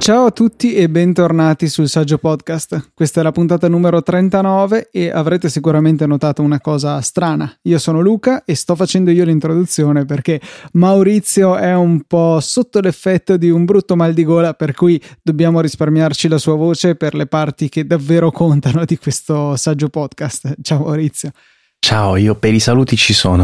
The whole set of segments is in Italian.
Ciao a tutti e bentornati sul Saggio Podcast. Questa è la puntata numero 39 e avrete sicuramente notato una cosa strana. Io sono Luca e sto facendo io l'introduzione perché Maurizio è un po' sotto l'effetto di un brutto mal di gola, per cui dobbiamo risparmiarci la sua voce per le parti che davvero contano di questo Saggio Podcast. Ciao Maurizio. Ciao, io per i saluti ci sono.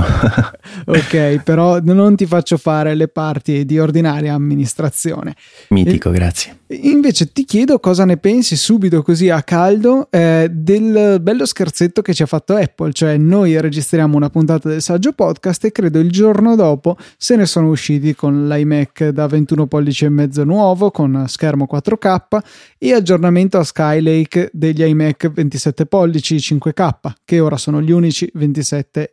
Ok, però non ti faccio fare le parti di ordinaria amministrazione. Mitico, grazie. Invece ti chiedo cosa ne pensi subito così a caldo del bello scherzetto che ci ha fatto Apple, cioè noi registriamo una puntata del Saggio Podcast e credo il giorno dopo se ne sono usciti con l'iMac da 21 pollici e mezzo nuovo con schermo 4K e aggiornamento a Skylake degli iMac 27 pollici 5K, che ora sono gli unici 27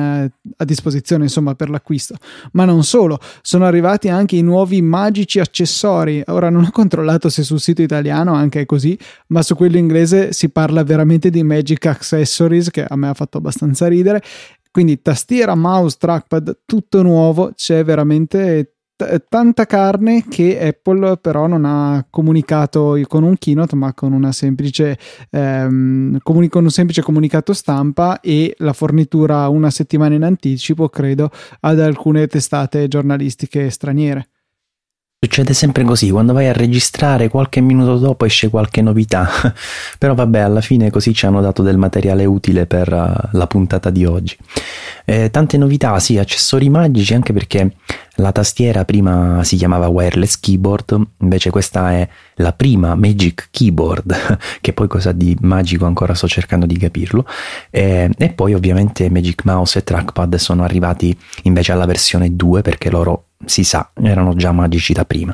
a disposizione insomma per l'acquisto. Ma non solo, sono arrivati anche i nuovi magici accessori. Ora non ho controllato se sul sito italiano anche è così, ma su quello inglese si parla veramente di Magic Accessories, che a me ha fatto abbastanza ridere. Quindi tastiera, mouse, trackpad, tutto nuovo. C'è veramente tanta carne che Apple però non ha comunicato con un keynote, ma con una semplice con un semplice comunicato stampa e la fornitura una settimana in anticipo, credo, ad alcune testate giornalistiche straniere. Succede sempre così, quando vai a registrare qualche minuto dopo esce qualche novità, però vabbè, alla fine così ci hanno dato del materiale utile per la puntata di oggi. Tante novità, sì, accessori magici, anche perché la tastiera prima si chiamava wireless keyboard, invece questa è la prima Magic Keyboard, che poi cosa di magico ancora sto cercando di capirlo, e poi ovviamente Magic Mouse e Trackpad sono arrivati invece alla versione 2 perché loro, si sa, erano già magici da prima.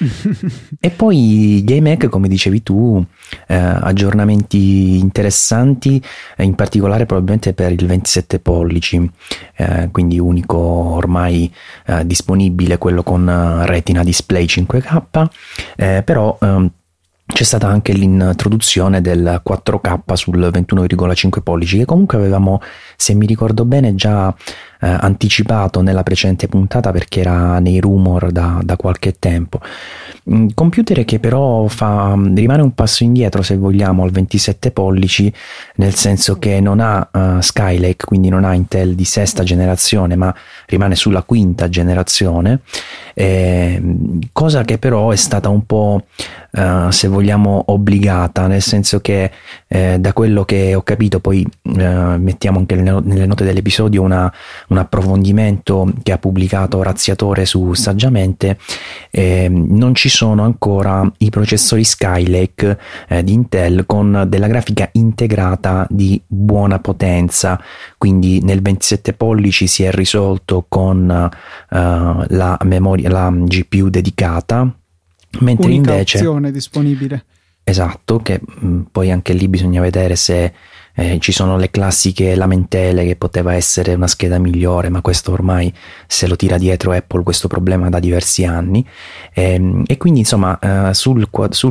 E poi gli iMac, come dicevi tu, aggiornamenti interessanti, in particolare probabilmente per il 27 pollici, quindi unico ormai disponibile, quello con Retina Display 5K, però c'è stata anche l'introduzione del 4K sul 21,5 pollici, che comunque avevamo, se mi ricordo bene, già anticipato nella precedente puntata perché era nei rumor da qualche tempo. Computer che però rimane un passo indietro, se vogliamo, al 27 pollici, nel senso che non ha Skylake, quindi non ha Intel di sesta generazione, ma rimane sulla quinta generazione, cosa che però è stata un po' se vogliamo obbligata, nel senso che da quello che ho capito, poi mettiamo anche nelle note dell'episodio un approfondimento che ha pubblicato Razziatore su Saggiamente, non ci sono ancora i processori Skylake di Intel con della grafica integrata di buona potenza, quindi nel 27 pollici si è risolto con la memoria, la GPU dedicata, mentre unica invece opzione disponibile. Esatto, che poi anche lì bisogna vedere se ci sono le classiche lamentele che poteva essere una scheda migliore, ma questo ormai se lo tira dietro Apple questo problema da diversi anni, e quindi insomma sul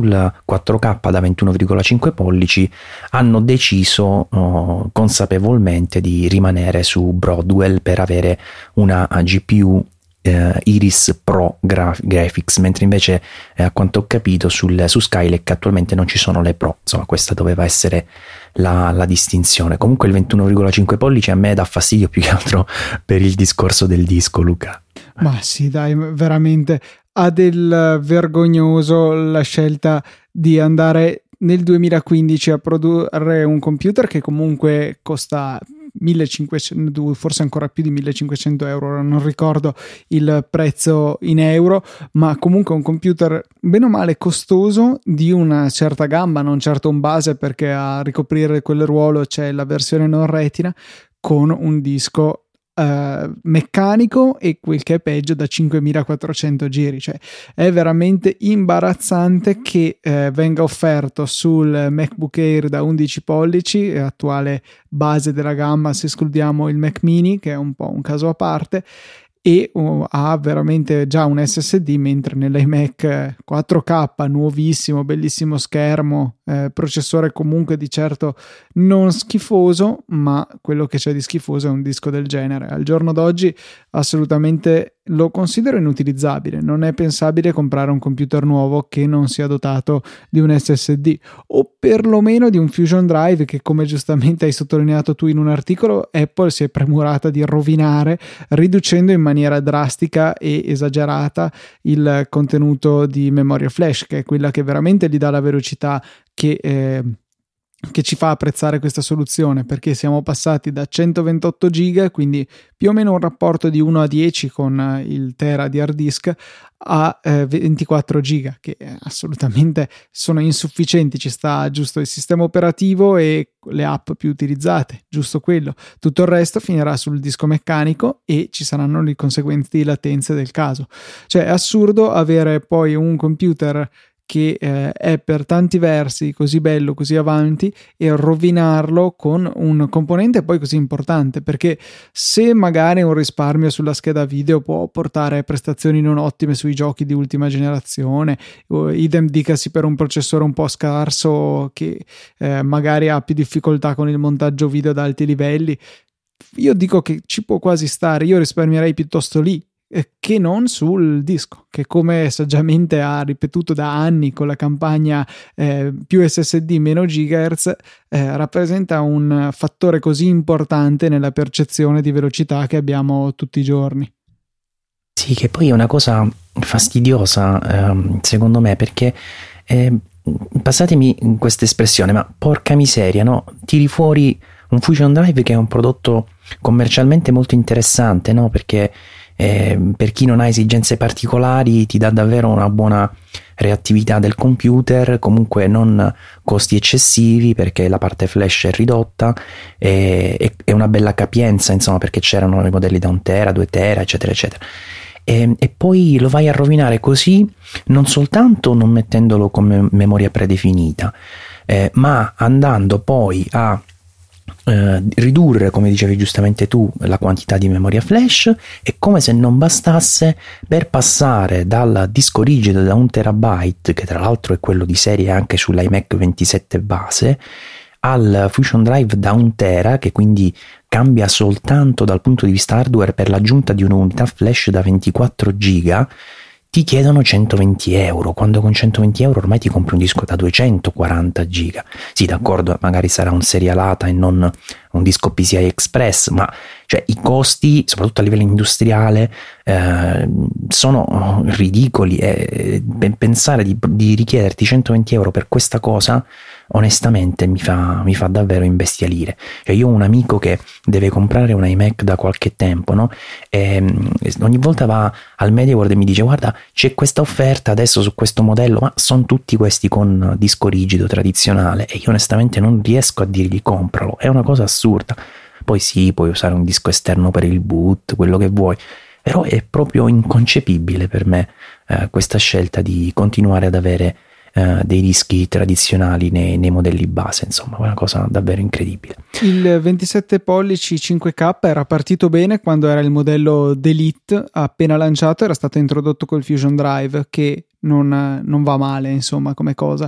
4K da 21,5 pollici hanno deciso consapevolmente di rimanere su Broadwell per avere una GPU Iris Pro Graphics, mentre invece a quanto ho capito su Skylake attualmente non ci sono le Pro. Insomma, questa doveva essere la distinzione. Comunque il 21,5 pollici a me dà fastidio più che altro per il discorso del disco, Luca. Ma sì, dai, veramente ha del vergognoso la scelta di andare nel 2015 a produrre un computer che comunque costa 1.500, forse ancora più di 1.500 euro, ora non ricordo il prezzo in euro, ma comunque un computer bene o male costoso di una certa gamma, non certo un base, perché a ricoprire quel ruolo c'è la versione non retina con un disco meccanico e quel che è peggio da 5400 giri. Cioè è veramente imbarazzante che venga offerto sul MacBook Air da 11 pollici, attuale base della gamma se escludiamo il Mac Mini che è un po' un caso a parte, e ha veramente già un SSD, mentre nell'iMac 4K nuovissimo, bellissimo schermo, processore comunque di certo non schifoso, ma quello che c'è di schifoso è un disco del genere. Al giorno d'oggi assolutamente lo considero inutilizzabile. Non è pensabile comprare un computer nuovo che non sia dotato di un SSD, o perlomeno di un Fusion Drive che, come giustamente hai sottolineato tu in un articolo, Apple si è premurata di rovinare, riducendo in maniera drastica e esagerata il contenuto di memoria flash, che è quella che veramente gli dà la velocità che ci fa apprezzare questa soluzione, perché siamo passati da 128 giga, quindi più o meno un rapporto di 1 a 10 con il tera di hard disk, a 24 giga, che assolutamente sono insufficienti. Ci sta giusto il sistema operativo e le app più utilizzate, giusto quello. Tutto il resto finirà sul disco meccanico e ci saranno le conseguenti latenze del caso. Cioè è assurdo avere poi un computer che è per tanti versi così bello, così avanti, e rovinarlo con un componente poi così importante, perché se magari un risparmio sulla scheda video può portare a prestazioni non ottime sui giochi di ultima generazione, idem dicasi per un processore un po' scarso che magari ha più difficoltà con il montaggio video ad alti livelli, io dico che ci può quasi stare. Io risparmierei piuttosto lì che non sul disco, che, come saggiamente ha ripetuto da anni con la campagna più SSD meno gigahertz, rappresenta un fattore così importante nella percezione di velocità che abbiamo tutti i giorni. Sì, che poi è una cosa fastidiosa secondo me, perché passatemi questa espressione, ma porca miseria, no? Tiri fuori un Fusion Drive che è un prodotto commercialmente molto interessante, no? Perché per chi non ha esigenze particolari ti dà davvero una buona reattività del computer, comunque non costi eccessivi perché la parte flash è ridotta, e una bella capienza, insomma, perché c'erano i modelli da 1 tera, 2 tera, eccetera eccetera. E poi lo vai a rovinare così, non soltanto non mettendolo come memoria predefinita, ma andando poi a ridurre, come dicevi giustamente tu, la quantità di memoria flash, e come se non bastasse, per passare dal disco rigido da 1 terabyte, che tra l'altro è quello di serie anche sull'iMac 27 base, al Fusion Drive da 1 tera, che quindi cambia soltanto dal punto di vista hardware per l'aggiunta di un'unità flash da 24 giga, ti chiedono 120 euro, quando con 120 euro ormai ti compri un disco da 240 giga. Sì, d'accordo, magari sarà un serialata e non un disco PCI Express, ma cioè i costi, soprattutto a livello industriale, sono ridicoli, e pensare di richiederti 120 euro per questa cosa onestamente mi fa davvero imbestialire. Cioè, io ho un amico che deve comprare un iMac da qualche tempo, no? E ogni volta va al MediaWorld e mi dice: guarda, c'è questa offerta adesso su questo modello, ma sono tutti questi con disco rigido tradizionale, e io onestamente non riesco a dirgli compralo, è una cosa assurda. Poi sì, puoi usare un disco esterno per il boot, quello che vuoi, però è proprio inconcepibile per me questa scelta di continuare ad avere dei dischi tradizionali nei modelli base. Insomma, è una cosa davvero incredibile. Il 27 pollici 5K era partito bene quando era il modello d'Elite, appena lanciato era stato introdotto col Fusion Drive, che non va male, insomma, come cosa,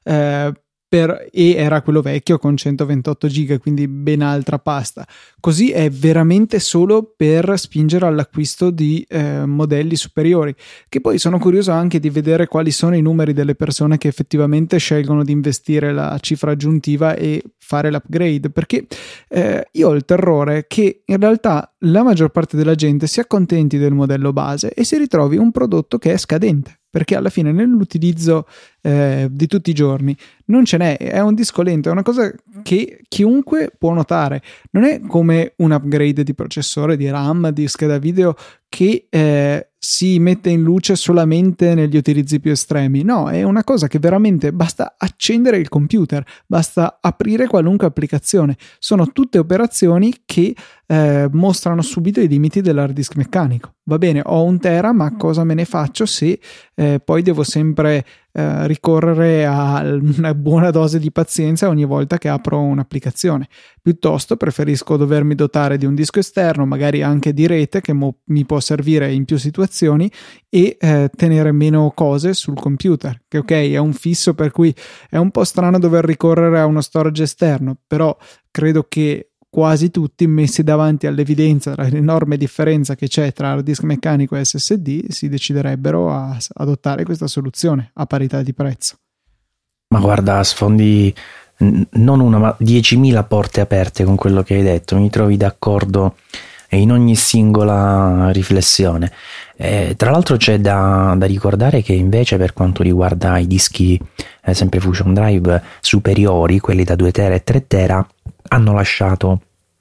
e era quello vecchio con 128 giga, quindi ben altra pasta. Così è veramente solo per spingere all'acquisto di modelli superiori, che poi sono curioso anche di vedere quali sono i numeri delle persone che effettivamente scelgono di investire la cifra aggiuntiva e fare l'upgrade, perché io ho il terrore che in realtà la maggior parte della gente si accontenti del modello base e si ritrovi un prodotto che è scadente, perché alla fine nell'utilizzo di tutti i giorni non ce n'è, è un disco lento, è una cosa che chiunque può notare. Non è come un upgrade di processore, di RAM, di scheda video che si mette in luce solamente negli utilizzi più estremi. No, è una cosa che veramente basta accendere il computer, basta aprire qualunque applicazione. Sono tutte operazioni che mostrano subito i limiti dell'hard disk meccanico. Va bene, ho 1 tera, ma cosa me ne faccio se poi devo sempre ricorrere a una buona dose di pazienza ogni volta che apro un'applicazione. Piuttosto preferisco dovermi dotare di un disco esterno, magari anche di rete, che mi può servire in più situazioni, e tenere meno cose sul computer, che ok, è un fisso, per cui è un po' strano dover ricorrere a uno storage esterno, però credo che quasi tutti, messi davanti all'evidenza dell'enorme differenza che c'è tra hard disk meccanico e SSD, si deciderebbero a adottare questa soluzione a parità di prezzo. Ma guarda, sfondi non una ma 10.000 porte aperte con quello che hai detto, mi trovi d'accordo in ogni singola riflessione. Tra l'altro c'è da ricordare che invece per quanto riguarda i dischi sempre Fusion Drive superiori, quelli da 2 tera e 3 tera, hanno lasciato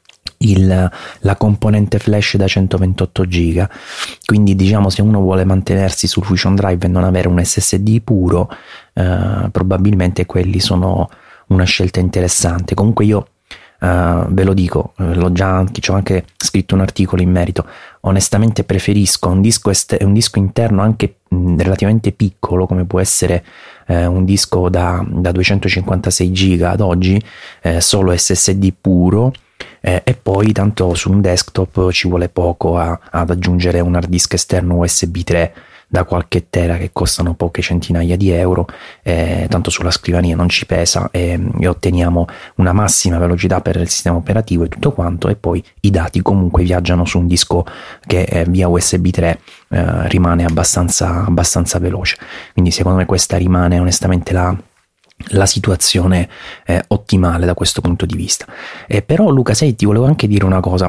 la componente flash da 128 giga, quindi diciamo se uno vuole mantenersi sul Fusion Drive e non avere un SSD puro, probabilmente quelli sono una scelta interessante. Comunque io ve lo dico, ci ho anche scritto un articolo in merito, onestamente preferisco un disco interno anche relativamente piccolo, come può essere un disco da 256 giga ad oggi, solo SSD puro, e poi tanto su un desktop ci vuole poco ad aggiungere un hard disk esterno USB 3 da qualche tera che costano poche centinaia di euro, tanto sulla scrivania non ci pesa, e otteniamo una massima velocità per il sistema operativo e tutto quanto, e poi i dati comunque viaggiano su un disco che via USB 3 rimane abbastanza veloce. Quindi secondo me questa rimane onestamente la situazione ottimale da questo punto di vista. Però Luca, sai, ti volevo anche dire una cosa.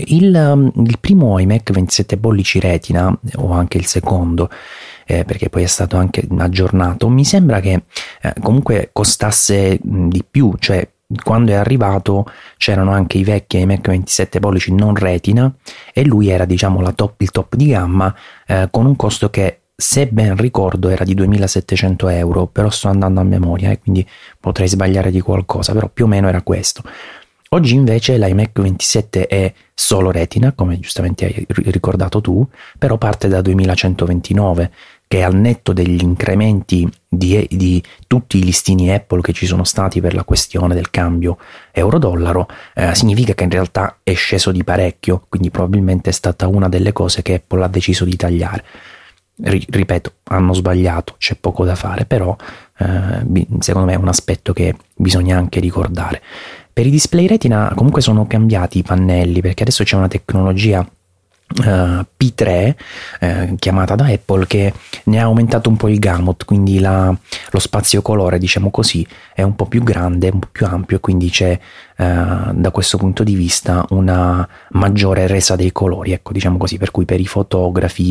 Il primo iMac 27 pollici Retina, o anche il secondo, perché poi è stato anche aggiornato, mi sembra che comunque costasse di più, cioè quando è arrivato c'erano anche i vecchi iMac 27 pollici non Retina e lui era diciamo il top di gamma, con un costo che, se ben ricordo, era di 2.700 euro, però sto andando a memoria e quindi potrei sbagliare di qualcosa, però più o meno era questo. Oggi invece l'iMac 27 è solo Retina, come giustamente hai ricordato tu, però parte da 2.129, che al netto degli incrementi di tutti i listini Apple che ci sono stati per la questione del cambio euro-dollaro, significa che in realtà è sceso di parecchio, quindi probabilmente è stata una delle cose che Apple ha deciso di tagliare. Ripeto, hanno sbagliato, c'è poco da fare, però secondo me è un aspetto che bisogna anche ricordare. Per i display Retina comunque sono cambiati i pannelli, perché adesso c'è una tecnologia P3 chiamata da Apple, che ne ha aumentato un po' il gamut, quindi lo spazio colore, diciamo così, è un po' più grande, un po' più ampio, e quindi c'è da questo punto di vista una maggiore resa dei colori, ecco, diciamo così, per cui per i fotografi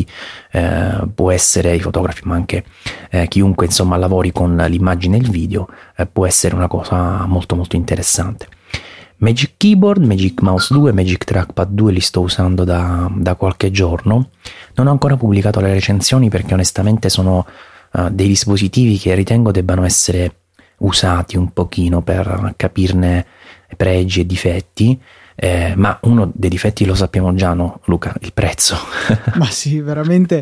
può essere, i fotografi ma anche chiunque insomma lavori con l'immagine e il video, può essere una cosa molto molto interessante. Magic Keyboard, Magic Mouse 2, Magic Trackpad 2 li sto usando da qualche giorno. Non ho ancora pubblicato le recensioni perché onestamente sono dei dispositivi che ritengo debbano essere usati un pochino per capirne pregi e difetti, ma uno dei difetti lo sappiamo già, no Luca? Il prezzo. Ma sì, veramente.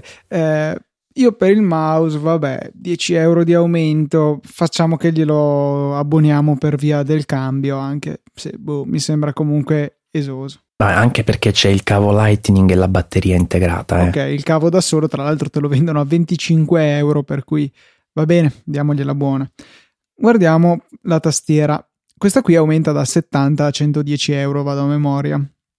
Io per il mouse, vabbè, 10 euro di aumento, facciamo che glielo abboniamo per via del cambio, anche se mi sembra comunque esoso. Anche perché c'è il cavo Lightning e la batteria integrata. Ok, il cavo da solo tra l'altro te lo vendono a 25 euro, per cui va bene, diamogliela buona. Guardiamo la tastiera. Questa qui aumenta da 70 a 110 euro, vado a memoria.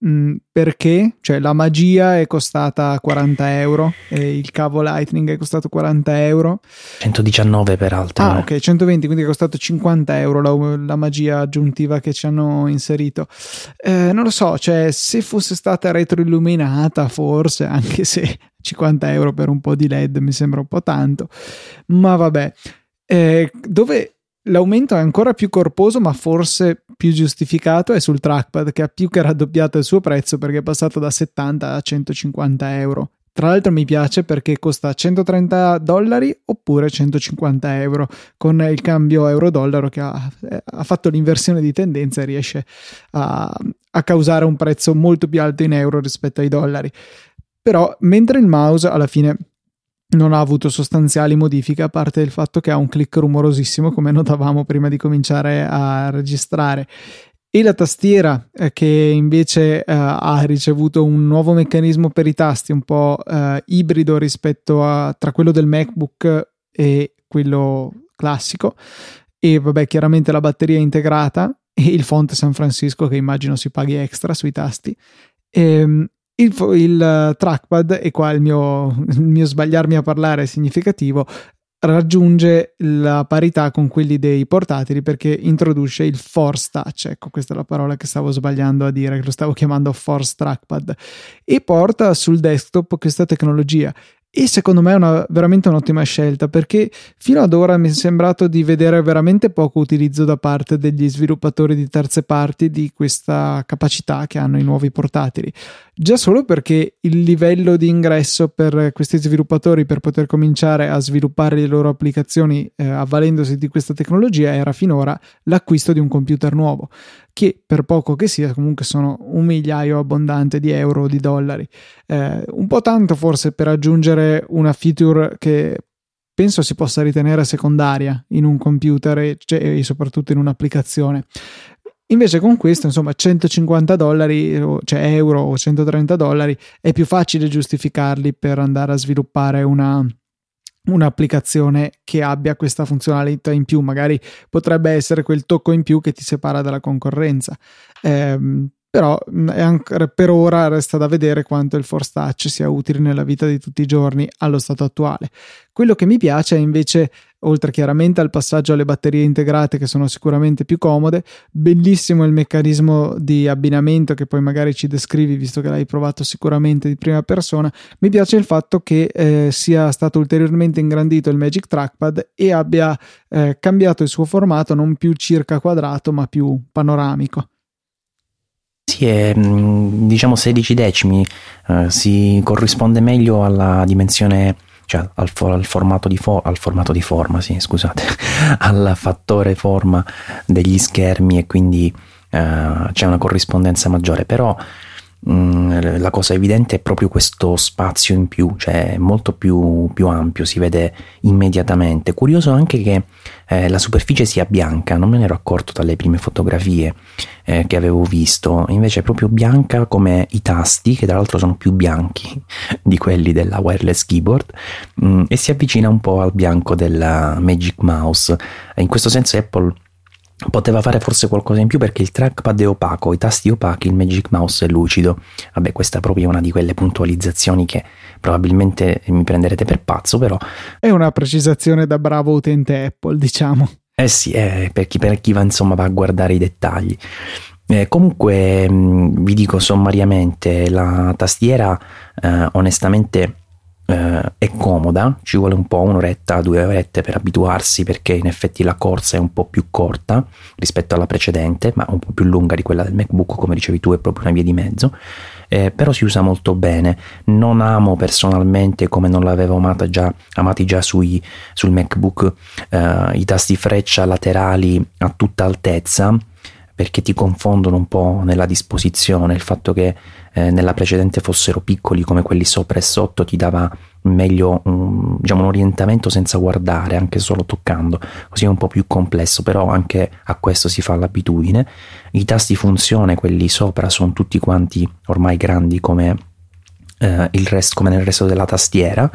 Perché? Cioè la magia è costata 40 euro e il cavo Lightning è costato 40 euro. 119 peraltro. Ah, ok, 120, quindi è costato 50 euro la magia aggiuntiva che ci hanno inserito. Non lo so, cioè se fosse stata retroilluminata forse, anche se 50 euro per un po' di LED mi sembra un po' tanto, ma vabbè. Dove l'aumento è ancora più corposo, ma forse più giustificato, è sul trackpad, che ha più che raddoppiato il suo prezzo perché è passato da 70 a 150 euro. Tra l'altro mi piace perché costa $130 oppure 150 euro, con il cambio euro-dollaro che ha fatto l'inversione di tendenza e riesce a causare un prezzo molto più alto in euro rispetto ai dollari. Però mentre il mouse alla fine non ha avuto sostanziali modifiche, a parte il fatto che ha un click rumorosissimo, come notavamo prima di cominciare a registrare. E la tastiera che invece ha ricevuto un nuovo meccanismo per i tasti, un po' ibrido rispetto tra quello del MacBook e quello classico, e vabbè, chiaramente la batteria integrata e il font San Francisco che immagino si paghi extra sui tasti. Il trackpad, e qua il mio sbagliarmi a parlare è significativo, raggiunge la parità con quelli dei portatili perché introduce il Force Touch, ecco, questa è la parola che stavo sbagliando a dire, che lo stavo chiamando Force Trackpad, e porta sul desktop questa tecnologia. E secondo me è veramente un'ottima scelta, perché fino ad ora mi è sembrato di vedere veramente poco utilizzo da parte degli sviluppatori di terze parti di questa capacità che hanno i nuovi portatili. Già solo perché il livello di ingresso per questi sviluppatori per poter cominciare a sviluppare le loro applicazioni avvalendosi di questa tecnologia era finora l'acquisto di un computer nuovo, che per poco che sia comunque sono un migliaio abbondante di euro o di dollari, un po' tanto forse per aggiungere una feature che penso si possa ritenere secondaria in un computer e soprattutto in un'applicazione. Invece con questo, insomma, $150, cioè euro, o $130 è più facile giustificarli per andare a sviluppare un'applicazione che abbia questa funzionalità in più. Magari potrebbe essere quel tocco in più che ti separa dalla concorrenza, però anche per ora resta da vedere quanto il Force Touch sia utile nella vita di tutti i giorni allo stato attuale. Quello che mi piace è invece, oltre chiaramente al passaggio alle batterie integrate che sono sicuramente più comode, bellissimo il meccanismo di abbinamento che poi magari ci descrivi, visto che l'hai provato sicuramente di prima persona. Mi piace il fatto che sia stato ulteriormente ingrandito il Magic Trackpad e abbia cambiato il suo formato, non più circa quadrato ma più panoramico. Sì, è diciamo 16 decimi, si corrisponde meglio alla dimensione, cioè al formato di forma, sì, scusate, al fattore forma degli schermi, e quindi c'è una corrispondenza maggiore. Però la cosa evidente è proprio questo spazio in più, cioè è molto più ampio, si vede immediatamente. Curioso anche che la superficie sia bianca, non me ne ero accorto dalle prime fotografie che avevo visto, invece è proprio bianca come i tasti, che tra l'altro sono più bianchi di quelli della wireless keyboard, e si avvicina un po' al bianco della Magic Mouse. In questo senso Apple poteva fare forse qualcosa in più, perché il trackpad è opaco, i tasti opachi, il Magic Mouse è lucido. Vabbè, questa è proprio una di quelle puntualizzazioni che probabilmente mi prenderete per pazzo, però è una precisazione da bravo utente Apple, diciamo. Sì, per chi va, insomma, va a guardare i dettagli. Comunque vi dico sommariamente, la tastiera onestamente è comoda, ci vuole un po', 1 oretta, 2 orette per abituarsi, perché in effetti la corsa è un po' più corta rispetto alla precedente, ma un po' più lunga di quella del MacBook, come dicevi tu, è proprio una via di mezzo. Però si usa molto bene. Non amo personalmente, come non l'avevo amati già sul MacBook, i tasti freccia laterali a tutta altezza, perché ti confondono un po' nella disposizione. Il fatto che nella precedente fossero piccoli come quelli sopra e sotto ti dava meglio diciamo un orientamento senza guardare, anche solo toccando, così è un po' più complesso, però anche a questo si fa l'abitudine. I tasti funzione, quelli sopra, sono tutti quanti ormai grandi come come nel resto della tastiera.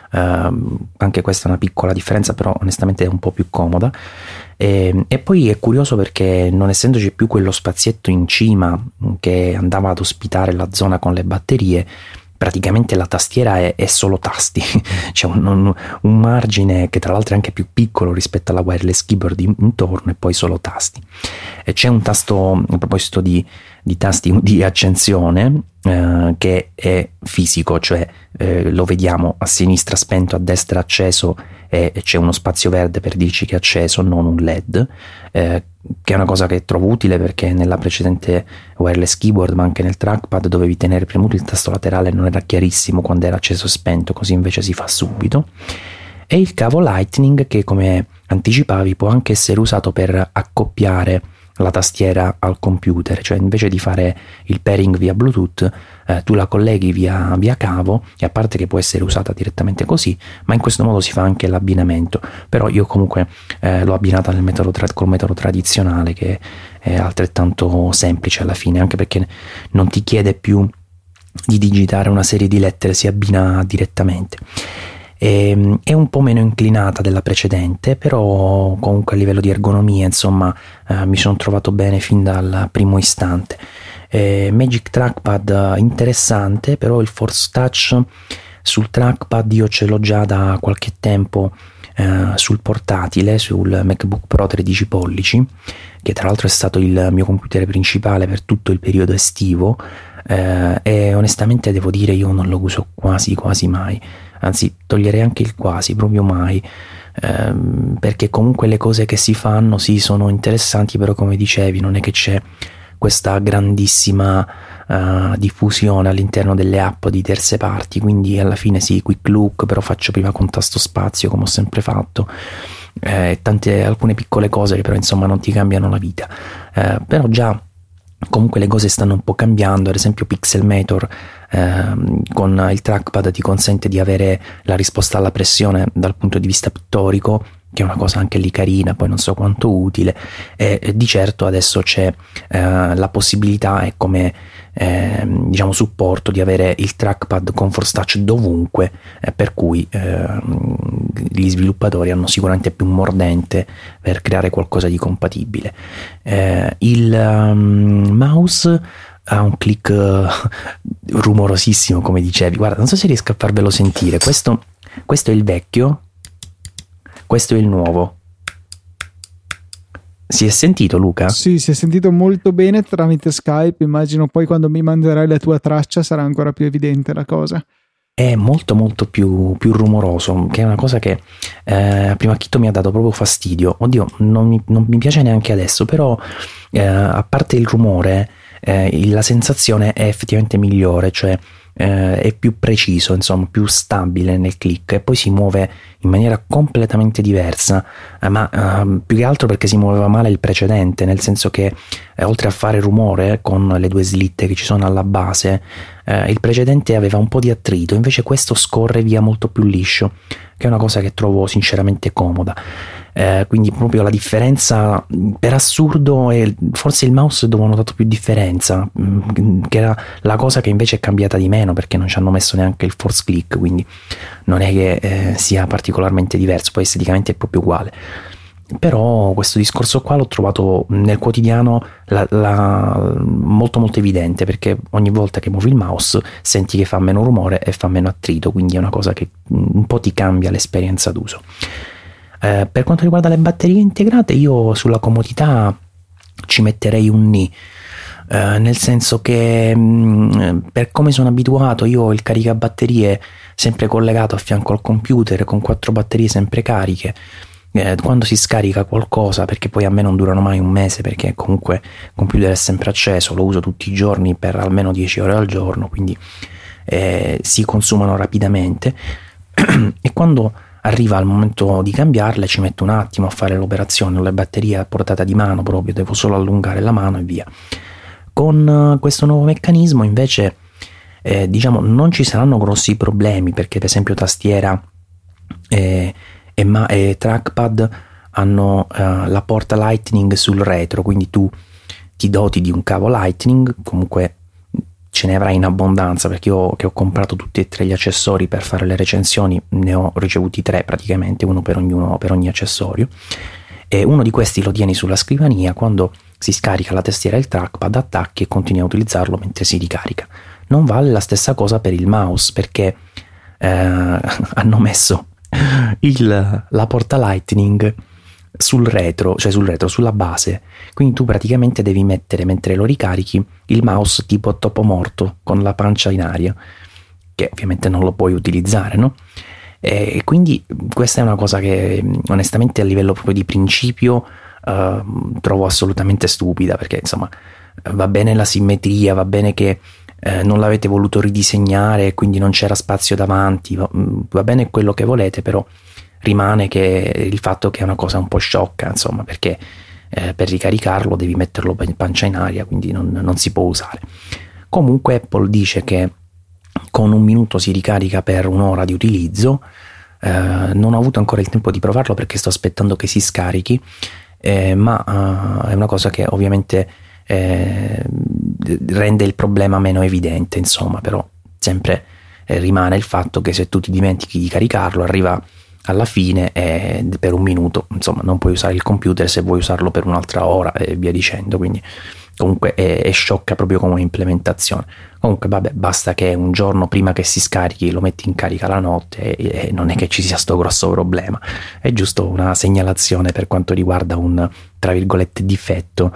Anche questa è una piccola differenza, però onestamente è un po' più comoda. E poi è curioso perché, non essendoci più quello spazietto in cima che andava ad ospitare la zona con le batterie, praticamente la tastiera è solo tasti. C'è un margine che tra l'altro è anche più piccolo rispetto alla wireless keyboard intorno, e poi solo tasti. E c'è un tasto, a proposito di tasti di accensione, che è fisico, cioè lo vediamo a sinistra spento, a destra acceso, e c'è uno spazio verde per dirci che è acceso, non un LED, che è una cosa che trovo utile, perché nella precedente wireless keyboard, ma anche nel trackpad, dovevi tenere premuto il tasto laterale, non era chiarissimo quando era acceso o spento, così invece si fa subito. E il cavo Lightning, che come anticipavi può anche essere usato per accoppiare la tastiera al computer, cioè invece di fare il pairing via Bluetooth tu la colleghi via cavo, e a parte che può essere usata direttamente così, ma in questo modo si fa anche l'abbinamento. Però io comunque l'ho abbinata col metodo tradizionale, che è altrettanto semplice alla fine, anche perché non ti chiede più di digitare una serie di lettere, si abbina direttamente. È un po' meno inclinata della precedente, però comunque a livello di ergonomia, insomma, mi sono trovato bene fin dal primo istante. Magic Trackpad interessante, però il Force Touch sul trackpad io ce l'ho già da qualche tempo sul portatile, sul MacBook Pro 13 pollici, che tra l'altro è stato il mio computer principale per tutto il periodo estivo, e onestamente devo dire io non lo uso quasi mai, anzi toglierei anche il quasi, proprio mai, perché comunque le cose che si fanno sì sono interessanti, però come dicevi non è che c'è questa grandissima diffusione all'interno delle app di terze parti, quindi alla fine sì, quick look, però faccio prima con tasto spazio come ho sempre fatto, alcune piccole cose che però insomma non ti cambiano la vita, però già comunque le cose stanno un po' cambiando. Ad esempio Pixelmator con il trackpad ti consente di avere la risposta alla pressione dal punto di vista pittorico, che è una cosa anche lì carina, poi non so quanto utile, e di certo adesso c'è la possibilità e come diciamo supporto di avere il trackpad con Force Touch dovunque, per cui gli sviluppatori hanno sicuramente più mordente per creare qualcosa di compatibile. Il mouse ha un click rumorosissimo, come dicevi. Guarda, non so se riesco a farvelo sentire. Questo è il vecchio, questo è il nuovo. Si è sentito, Luca? Sì, si è sentito molto bene tramite Skype. Immagino poi quando mi manderai la tua traccia sarà ancora più evidente la cosa. È molto più rumoroso, che è una cosa che prima acchito mi ha dato proprio fastidio. Oddio, non mi piace neanche adesso, però a parte il rumore, la sensazione è effettivamente migliore, cioè è più preciso, insomma, più stabile nel click, e poi si muove in maniera completamente diversa, ma più che altro perché si muoveva male il precedente, nel senso che oltre a fare rumore con le due slitte che ci sono alla base, il precedente aveva un po' di attrito, invece questo scorre via molto più liscio, che è una cosa che trovo sinceramente comoda. Quindi proprio la differenza, per assurdo, è forse il mouse dove ho notato più differenza, che era la cosa che invece è cambiata di meno, perché non ci hanno messo neanche il force click, quindi non è che sia particolarmente diverso, poi esteticamente è proprio uguale. Però questo discorso qua l'ho trovato nel quotidiano molto evidente, perché ogni volta che muovi il mouse senti che fa meno rumore e fa meno attrito, quindi è una cosa che un po' ti cambia l'esperienza d'uso. Per quanto riguarda le batterie integrate, io sulla comodità ci metterei un ni, nel senso che per come sono abituato io ho il caricabatterie sempre collegato a fianco al computer con 4 batterie sempre cariche. Quando si scarica qualcosa, perché poi a me non durano mai un mese, perché comunque il computer è sempre acceso, lo uso tutti i giorni per almeno 10 ore al giorno, quindi si consumano rapidamente e quando arriva il momento di cambiarle ci metto un attimo a fare l'operazione, ho le batterie a portata di mano proprio, devo solo allungare la mano e via. Con questo nuovo meccanismo invece diciamo non ci saranno grossi problemi, perché per esempio tastiera e trackpad hanno la porta Lightning sul retro, quindi tu ti doti di un cavo Lightning, comunque ce ne avrai in abbondanza, perché io che ho comprato tutti e 3 gli accessori per fare le recensioni ne ho ricevuti 3 praticamente, uno per ogni accessorio, e uno di questi lo tieni sulla scrivania. Quando si scarica la tastiera e il trackpad attacchi e continui a utilizzarlo mentre si ricarica. Non vale la stessa cosa per il mouse, perché hanno messo la porta Lightning sulla base, quindi tu praticamente devi mettere, mentre lo ricarichi, il mouse tipo a topo morto con la pancia in aria, che ovviamente non lo puoi utilizzare, no? E quindi questa è una cosa che onestamente a livello proprio di principio trovo assolutamente stupida, perché insomma va bene la simmetria, va bene che non l'avete voluto ridisegnare, quindi non c'era spazio davanti, va bene quello che volete, però rimane che il fatto che è una cosa un po' sciocca, insomma, perché per ricaricarlo devi metterlo in pancia in aria, quindi non si può usare. Comunque Apple dice che con 1 minuto si ricarica per 1 ora di utilizzo. Non ho avuto ancora il tempo di provarlo perché sto aspettando che si scarichi, ma è una cosa che ovviamente rende il problema meno evidente, insomma, però sempre rimane il fatto che se tu ti dimentichi di caricarlo, arriva alla fine e per 1 minuto, insomma, non puoi usare il computer se vuoi usarlo per un'altra ora e via dicendo, quindi comunque è sciocca proprio come implementazione. Comunque vabbè, basta che un giorno prima che si scarichi lo metti in carica la notte e non è che ci sia sto grosso problema, è giusto una segnalazione per quanto riguarda un, tra virgolette, difetto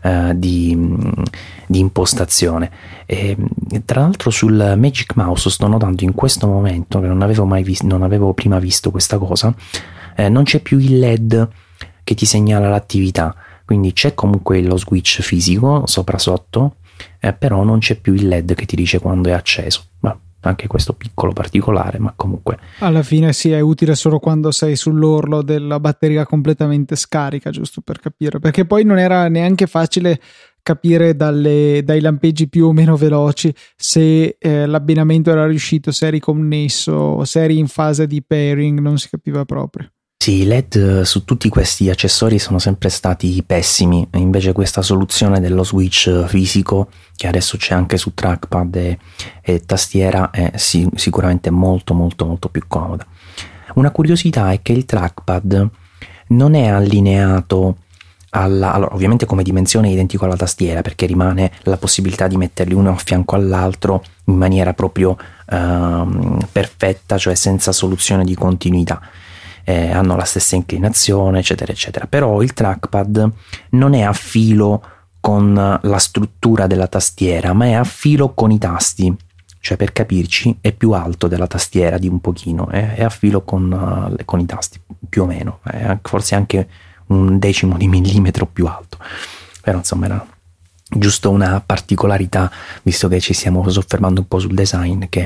di impostazione. E, tra l'altro sul Magic Mouse sto notando in questo momento, che non avevo prima visto questa cosa, non c'è più il LED che ti segnala l'attività, quindi c'è comunque lo switch fisico sopra sotto, però non c'è più il LED che ti dice quando è acceso. Ma anche questo piccolo particolare, ma comunque alla fine sì, è utile solo quando sei sull'orlo della batteria completamente scarica, giusto per capire, perché poi non era neanche facile capire dai lampeggi più o meno veloci se l'abbinamento era riuscito, se eri connesso, se eri in fase di pairing, non si capiva proprio. Sì, i LED su tutti questi accessori sono sempre stati pessimi, invece questa soluzione dello switch fisico, che adesso c'è anche su trackpad e tastiera, è sicuramente molto molto molto più comoda. Una curiosità è che il trackpad non è allineato allora, ovviamente come dimensione è identico alla tastiera, perché rimane la possibilità di metterli uno a fianco all'altro in maniera proprio perfetta, cioè senza soluzione di continuità. Hanno la stessa inclinazione, eccetera eccetera, però il trackpad non è a filo con la struttura della tastiera, ma è a filo con i tasti, cioè per capirci è più alto della tastiera di un pochino, è a filo con i tasti più o meno, forse anche 1/10 di millimetro più alto, però insomma era giusto una particolarità, visto che ci stiamo soffermando un po' sul design, che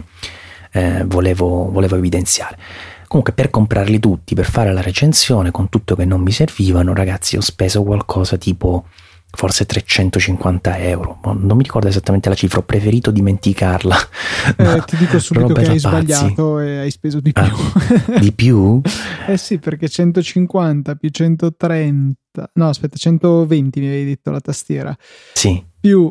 volevo evidenziare. Comunque, per comprarli tutti, per fare la recensione, con tutto che non mi servivano, ragazzi, ho speso qualcosa tipo forse 350 euro. Non mi ricordo esattamente la cifra, ho preferito dimenticarla. Ti dico subito che hai sbagliato e hai speso di più. Di più? Sì, perché 150 più 130, no aspetta, 120 mi avevi detto la tastiera. Sì. Più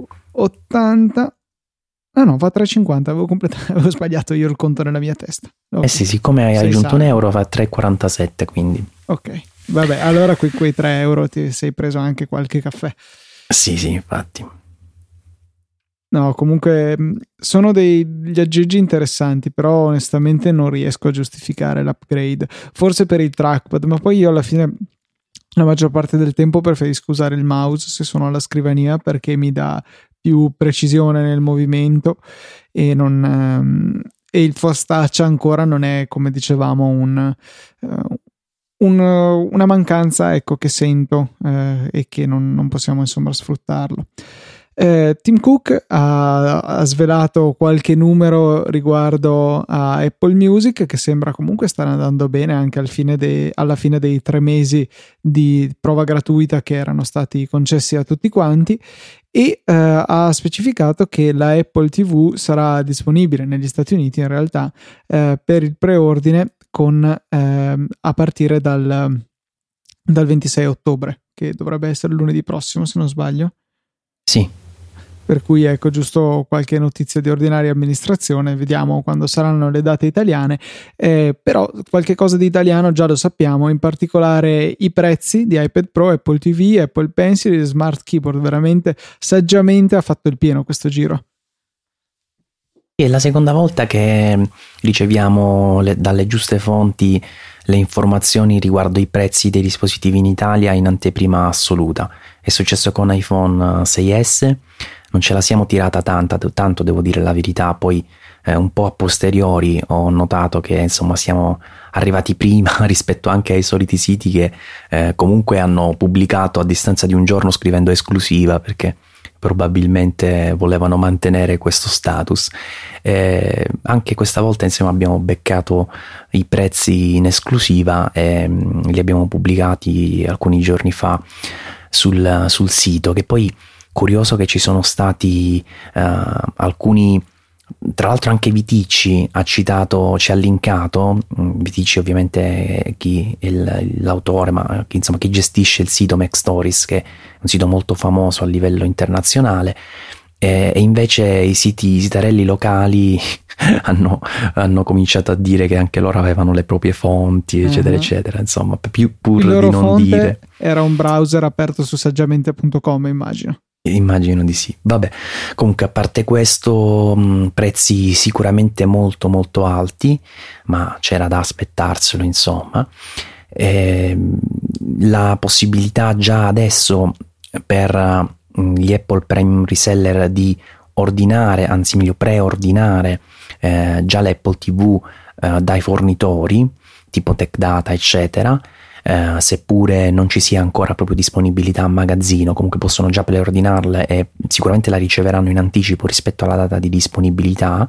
80. Ah no, fa 3,50, avevo sbagliato io il conto nella mia testa. Okay. Sì, siccome hai aggiunto un euro fa 3,47, quindi. Ok, vabbè, allora quei 3 euro ti sei preso anche qualche caffè. Sì, infatti. No, comunque sono degli aggeggi interessanti, però onestamente non riesco a giustificare l'upgrade. Forse per il trackpad, ma poi io alla fine la maggior parte del tempo preferisco usare il mouse se sono alla scrivania, perché mi dà più precisione nel movimento e il Force Touch ancora non è, come dicevamo, una mancanza, ecco, che sento e che non possiamo insomma sfruttarlo. Tim Cook ha svelato qualche numero riguardo a Apple Music, che sembra comunque stare andando bene anche alla fine dei 3 mesi di prova gratuita che erano stati concessi a tutti quanti, e ha specificato che la Apple TV sarà disponibile negli Stati Uniti in realtà per il preordine a partire dal 26 ottobre, che dovrebbe essere lunedì prossimo se non sbaglio. Sì. Per cui ecco, giusto qualche notizia di ordinaria amministrazione, vediamo quando saranno le date italiane, però qualche cosa di italiano già lo sappiamo, in particolare i prezzi di iPad Pro, Apple TV, Apple Pencil e Smart Keyboard. Veramente saggiamente ha fatto il pieno questo giro. È la seconda volta che riceviamo dalle giuste fonti le informazioni riguardo i prezzi dei dispositivi in Italia in anteprima assoluta. È successo con iPhone 6S, non ce la siamo tirata tanto, devo dire la verità. Poi un po' a posteriori ho notato che insomma siamo arrivati prima rispetto anche ai soliti siti che comunque hanno pubblicato a distanza di un giorno scrivendo esclusiva, perché probabilmente volevano mantenere questo status. Anche questa volta insomma abbiamo beccato i prezzi in esclusiva e li abbiamo pubblicati alcuni giorni fa sul sito, che poi curioso che ci sono stati alcuni, tra l'altro anche Viticci ci ha linkato, Viticci ovviamente l'autore, ma chi gestisce il sito MacStories, che è un sito molto famoso a livello internazionale, e invece i sitarelli locali hanno cominciato a dire che anche loro avevano le proprie fonti, eccetera eccetera, insomma, pur il loro di non fonte dire. Era un browser aperto su saggiamente.com, immagino. Immagino di sì. Vabbè, comunque, a parte questo, prezzi sicuramente molto molto alti, ma c'era da aspettarselo, insomma. La possibilità già adesso per gli Apple Prime Reseller di ordinare, anzi meglio preordinare già l'Apple TV dai fornitori tipo Tech Data eccetera, seppure non ci sia ancora proprio disponibilità a magazzino, comunque possono già preordinarle e sicuramente la riceveranno in anticipo rispetto alla data di disponibilità,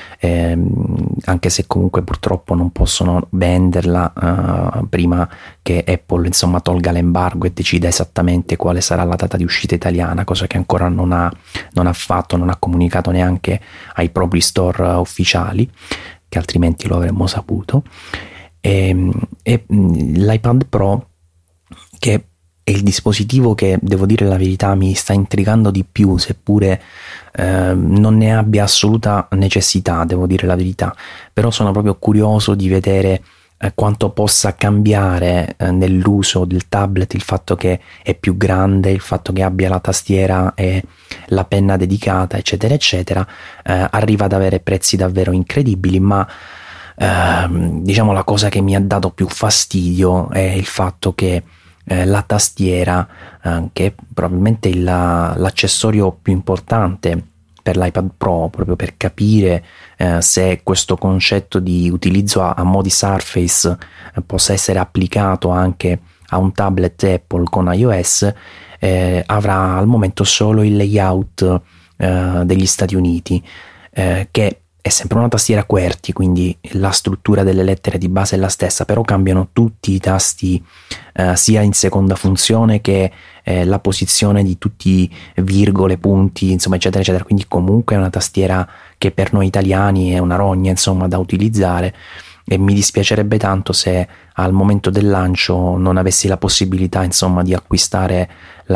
anche se comunque purtroppo non possono venderla prima che Apple insomma tolga l'embargo e decida esattamente quale sarà la data di uscita italiana, cosa che ancora non ha fatto, non ha comunicato neanche ai propri store ufficiali, che altrimenti lo avremmo saputo. E l'iPad Pro, che è il dispositivo che, devo dire la verità, mi sta intrigando di più, seppure non ne abbia assoluta necessità, devo dire la verità, però sono proprio curioso di vedere quanto possa cambiare nell'uso del tablet il fatto che è più grande, il fatto che abbia la tastiera e la penna dedicata, eccetera eccetera. Arriva ad avere prezzi davvero incredibili, ma diciamo la cosa che mi ha dato più fastidio è il fatto che la tastiera, che è probabilmente l'accessorio più importante per l'iPad Pro, proprio per capire se questo concetto di utilizzo a mo' di Surface possa essere applicato anche a un tablet Apple con iOS, avrà al momento solo il layout degli Stati Uniti, che è sempre una tastiera QWERTY, quindi la struttura delle lettere di base è la stessa, però cambiano tutti i tasti, sia in seconda funzione che la posizione di tutti virgole, punti, insomma eccetera eccetera, quindi comunque è una tastiera che per noi italiani è una rogna, insomma, da utilizzare, e mi dispiacerebbe tanto se al momento del lancio non avessi la possibilità, insomma, di acquistare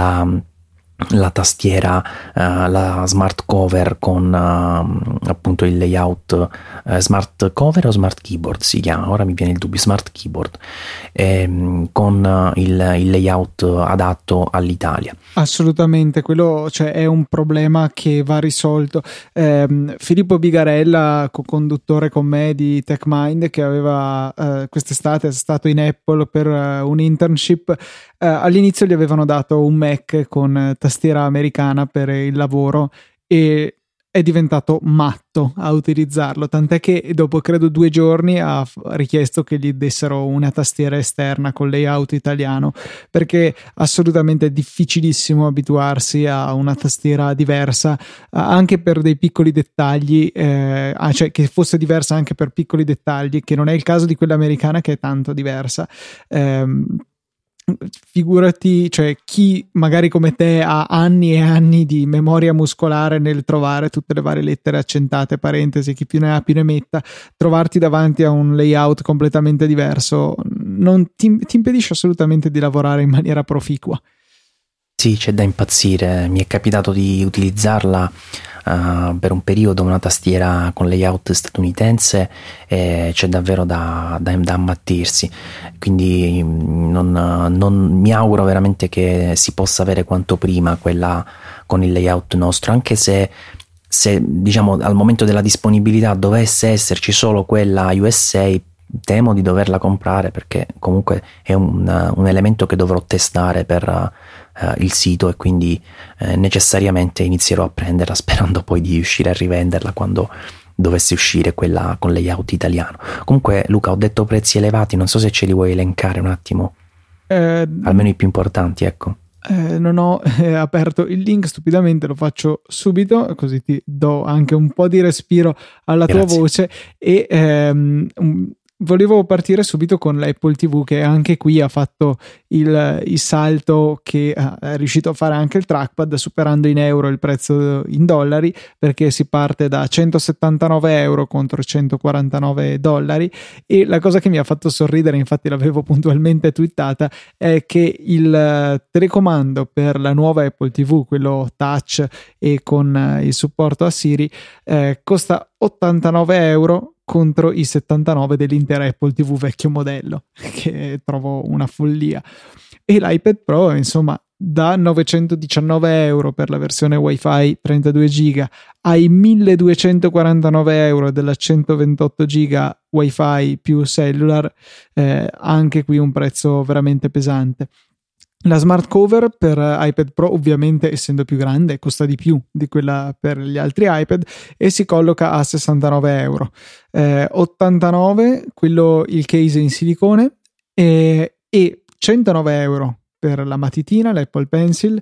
la tastiera, la smart cover con appunto il layout smart cover o smart keyboard si chiama, ora mi viene il dubbio, smart keyboard, con il layout adatto all'Italia. Assolutamente, quello, cioè, è un problema che va risolto. Filippo Bigarella, co-conduttore con me di TechMind, che aveva quest'estate è stato in Apple per un internship, all'inizio gli avevano dato un Mac con tastiera americana per il lavoro e è diventato matto a utilizzarlo, tant'è che dopo credo 2 giorni ha richiesto che gli dessero una tastiera esterna con layout italiano, perché assolutamente è difficilissimo abituarsi a una tastiera diversa, anche per dei piccoli dettagli, cioè che fosse diversa anche per piccoli dettagli, che non è il caso di quella americana, che è tanto diversa. Figurati, cioè, chi magari come te ha anni e anni di memoria muscolare nel trovare tutte le varie lettere accentate, parentesi, chi più ne ha più ne metta, trovarti davanti a un layout completamente diverso non ti impedisce assolutamente di lavorare in maniera proficua. Sì, c'è da impazzire. Mi è capitato di utilizzarla per un periodo, una tastiera con layout statunitense, e c'è davvero da ammattirsi, quindi non mi auguro veramente che si possa avere quanto prima quella con il layout nostro, anche se diciamo al momento della disponibilità dovesse esserci solo quella USA, temo di doverla comprare, perché comunque è un elemento che dovrò testare per il sito, e quindi necessariamente inizierò a prenderla, sperando poi di riuscire a rivenderla quando dovesse uscire quella con layout italiano. Comunque, Luca, ho detto prezzi elevati, non so se ce li vuoi elencare un attimo, almeno i più importanti, ecco. Non ho aperto il link, stupidamente lo faccio subito, così ti do anche un po' di respiro alla tua voce. E volevo partire subito con l'Apple TV, che anche qui ha fatto il salto che è riuscito a fare anche il trackpad, superando in euro il prezzo in dollari, perché si parte da 179 euro contro 149 dollari. E la cosa che mi ha fatto sorridere, infatti l'avevo puntualmente twittata, è che il telecomando per la nuova Apple TV, quello touch e con il supporto a Siri, costa 89 euro contro i 79 dell'intera Apple TV vecchio modello, che trovo una follia. E l'iPad Pro, insomma, da 919 euro per la versione Wi-Fi 32 giga ai 1249 euro della 128 giga Wi-Fi più cellular, anche qui un prezzo veramente pesante. La smart cover per iPad Pro, ovviamente essendo più grande, costa di più di quella per gli altri iPad e si colloca a 69 euro. 89 quello, il case in silicone, e 109 euro per la matitina, l'Apple Pencil,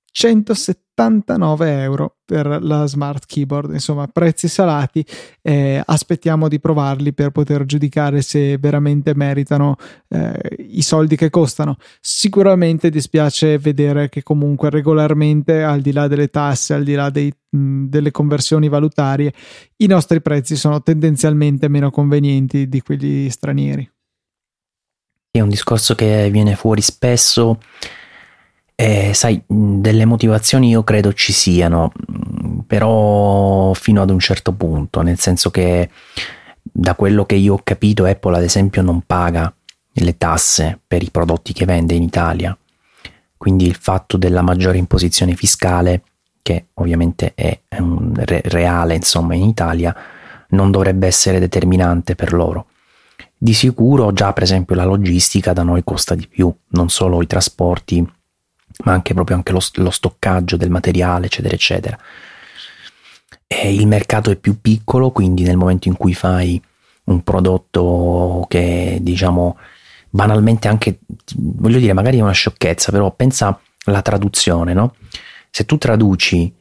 179 euro per la smart keyboard. Insomma, prezzi salati. Aspettiamo di provarli per poter giudicare se veramente meritano i soldi che costano. Sicuramente dispiace vedere che comunque regolarmente, al di là delle tasse, al di là delle conversioni valutarie, i nostri prezzi sono tendenzialmente meno convenienti di quelli stranieri. È un discorso che viene fuori spesso. Sai, delle motivazioni io credo ci siano, però fino ad un certo punto, nel senso che da quello che io ho capito Apple ad esempio non paga le tasse per i prodotti che vende in Italia, quindi il fatto della maggiore imposizione fiscale, che ovviamente è reale insomma in Italia, non dovrebbe essere determinante per loro. Di sicuro già per esempio la logistica da noi costa di più, non solo i trasporti ma anche proprio lo stoccaggio del materiale eccetera eccetera. E il mercato è più piccolo, quindi nel momento in cui fai un prodotto che diciamo banalmente, anche voglio dire magari è una sciocchezza, però pensa alla traduzione, no? Se tu traduci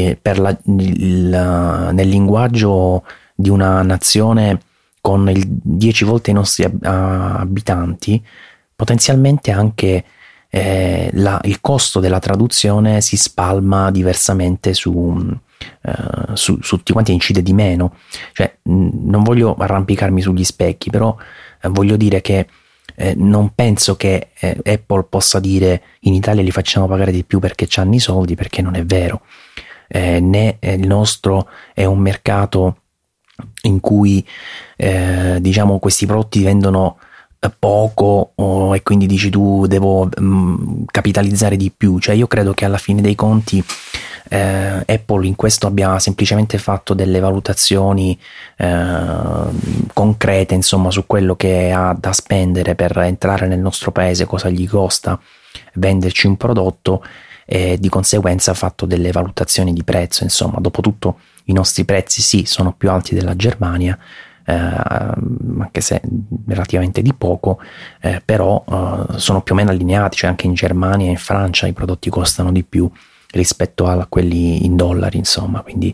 nel linguaggio di una nazione con 10 volte i nostri abitanti, potenzialmente anche il costo della traduzione si spalma diversamente su tutti quanti, incide di meno. Cioè, non voglio arrampicarmi sugli specchi, però voglio dire che non penso che Apple possa dire in Italia li facciamo pagare di più perché c'hanno i soldi, perché non è vero. Né il nostro è un mercato in cui diciamo questi prodotti vendono poco e quindi dici tu devo capitalizzare di più. Cioè io credo che alla fine dei conti Apple in questo abbia semplicemente fatto delle valutazioni concrete insomma su quello che ha da spendere per entrare nel nostro paese, cosa gli costa venderci un prodotto, e di conseguenza ha fatto delle valutazioni di prezzo. Insomma, dopotutto i nostri prezzi sì sono più alti della Germania, anche se relativamente di poco, però sono più o meno allineati. Cioè anche in Germania e in Francia i prodotti costano di più rispetto a quelli in dollari, insomma, quindi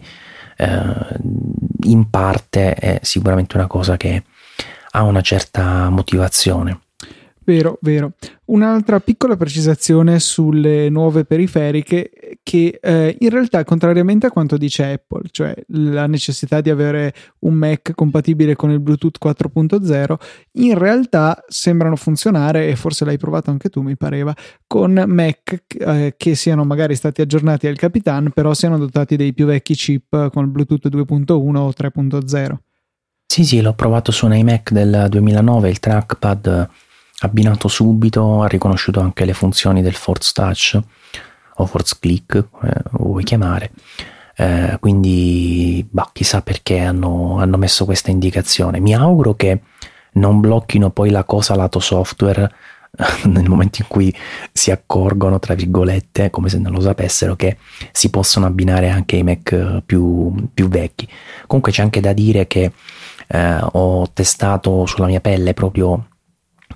in parte è sicuramente una cosa che ha una certa motivazione. Vero, vero. Un'altra piccola precisazione sulle nuove periferiche, che in realtà, contrariamente a quanto dice Apple, cioè la necessità di avere un Mac compatibile con il Bluetooth 4.0, in realtà sembrano funzionare, e forse l'hai provato anche tu mi pareva, con Mac che siano magari stati aggiornati al Capitan, però siano dotati dei più vecchi chip con il Bluetooth 2.1 o 3.0. Sì, l'ho provato su un iMac del 2009, il trackpad abbinato subito, ha riconosciuto anche le funzioni del Force Touch o Force Click, vuoi chiamare, quindi chissà perché hanno messo questa indicazione. Mi auguro che non blocchino poi la cosa lato software nel momento in cui si accorgono, tra virgolette, come se non lo sapessero, che si possono abbinare anche i Mac più vecchi. Comunque c'è anche da dire che ho testato sulla mia pelle proprio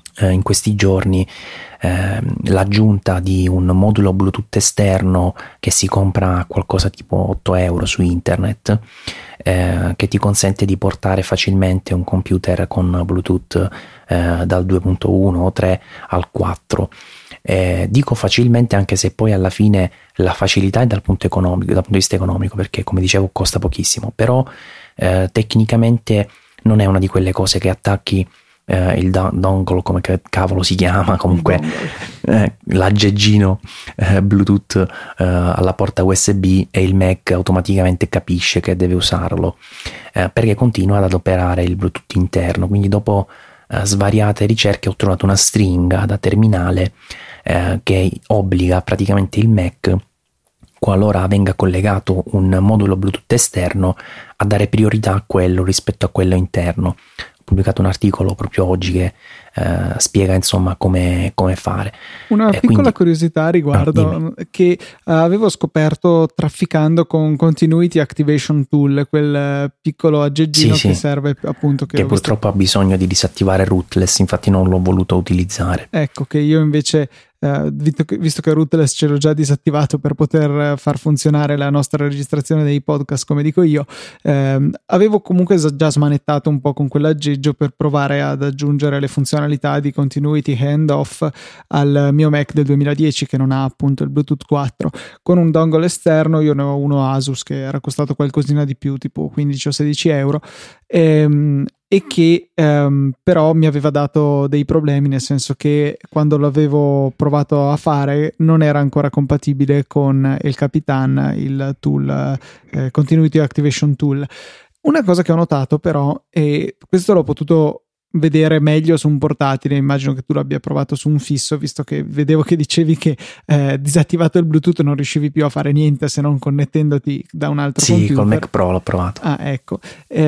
in questi giorni l'aggiunta di un modulo Bluetooth esterno che si compra a qualcosa tipo 8 euro su internet, che ti consente di portare facilmente un computer con Bluetooth dal 2.1 o 3 al 4. Dico facilmente anche se poi alla fine la facilità è dal punto di vista economico, perché come dicevo costa pochissimo, però tecnicamente non è una di quelle cose che attacchi il dongle, come cavolo si chiama, comunque l'aggeggino Bluetooth alla porta USB, e il Mac automaticamente capisce che deve usarlo, perché continua ad adoperare il Bluetooth interno. Quindi dopo svariate ricerche ho trovato una stringa da terminale che obbliga praticamente il Mac, qualora venga collegato un modulo Bluetooth esterno, a dare priorità a quello rispetto a quello interno. Ho pubblicato un articolo proprio oggi che spiega insomma come fare. Una piccola curiosità a riguardo, che avevo scoperto trafficando con Continuity Activation Tool, quel piccolo aggeggino che serve appunto, che purtroppo ha bisogno di disattivare rootless, infatti non l'ho voluto utilizzare. Ecco, che io invece visto che rootless ce l'ho già disattivato per poter far funzionare la nostra registrazione dei podcast, come dico io, avevo comunque già smanettato un po' con quell'aggeggio per provare ad aggiungere le funzionalità di continuity handoff al mio Mac del 2010 che non ha appunto il Bluetooth 4 con un dongle esterno. Io ne ho uno Asus che era costato qualcosina di più, tipo 15 o 16 euro, e che però mi aveva dato dei problemi, nel senso che quando l'avevo provato a fare non era ancora compatibile con il Capitan, il tool Continuity Activation Tool. Una cosa che ho notato però, e questo l'ho potuto vedere meglio su un portatile, immagino che tu l'abbia provato su un fisso, visto che vedevo che dicevi che disattivato il Bluetooth non riuscivi più a fare niente se non connettendoti da un altro computer. Sì, col Mac Pro l'ho provato. Ah, ecco.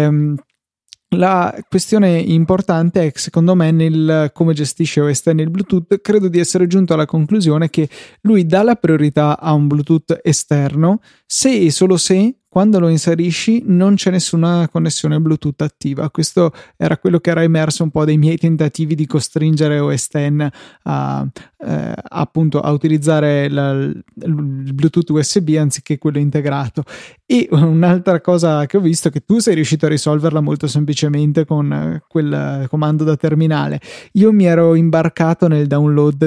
La questione importante è che secondo me nel come gestisce o esterni il Bluetooth, credo di essere giunto alla conclusione che lui dà la priorità a un Bluetooth esterno se e solo se quando lo inserisci non c'è nessuna connessione Bluetooth attiva. Questo era quello che era emerso un po' dei miei tentativi di costringere OS X appunto a utilizzare il Bluetooth USB anziché quello integrato. E un'altra cosa che ho visto è che tu sei riuscito a risolverla molto semplicemente con quel comando da terminale. Io mi ero imbarcato nel download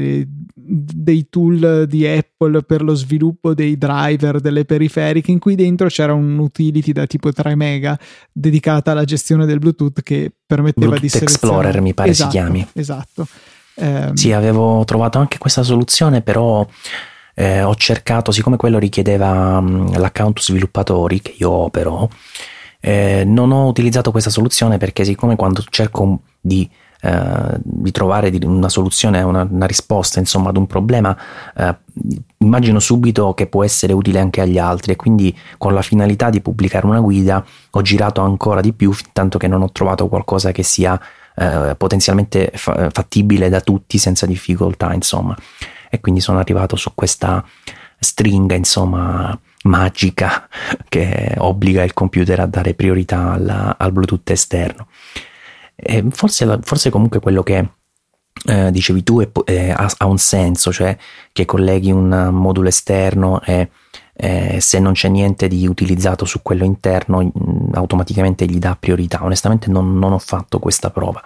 dei tool di Apple per lo sviluppo dei driver, delle periferiche, in cui dentro c'era un utility da tipo 3 mega dedicata alla gestione del Bluetooth che permetteva Bluetooth di selezionare. Explorer mi pare si chiami. Esatto. Sì, avevo trovato anche questa soluzione, però ho cercato, siccome quello richiedeva l'account sviluppatori che io ho, però non ho utilizzato questa soluzione, perché siccome quando cerco di trovare una soluzione, una risposta insomma ad un problema, immagino subito che può essere utile anche agli altri, e quindi con la finalità di pubblicare una guida ho girato ancora di più, fintanto che non ho trovato qualcosa che sia potenzialmente fattibile da tutti senza difficoltà, insomma. E quindi sono arrivato su questa stringa insomma magica che obbliga il computer a dare priorità al Bluetooth esterno. E forse comunque quello che dicevi tu ha un senso, cioè che colleghi un modulo esterno e se non c'è niente di utilizzato su quello interno automaticamente gli dà priorità. Onestamente non ho fatto questa prova,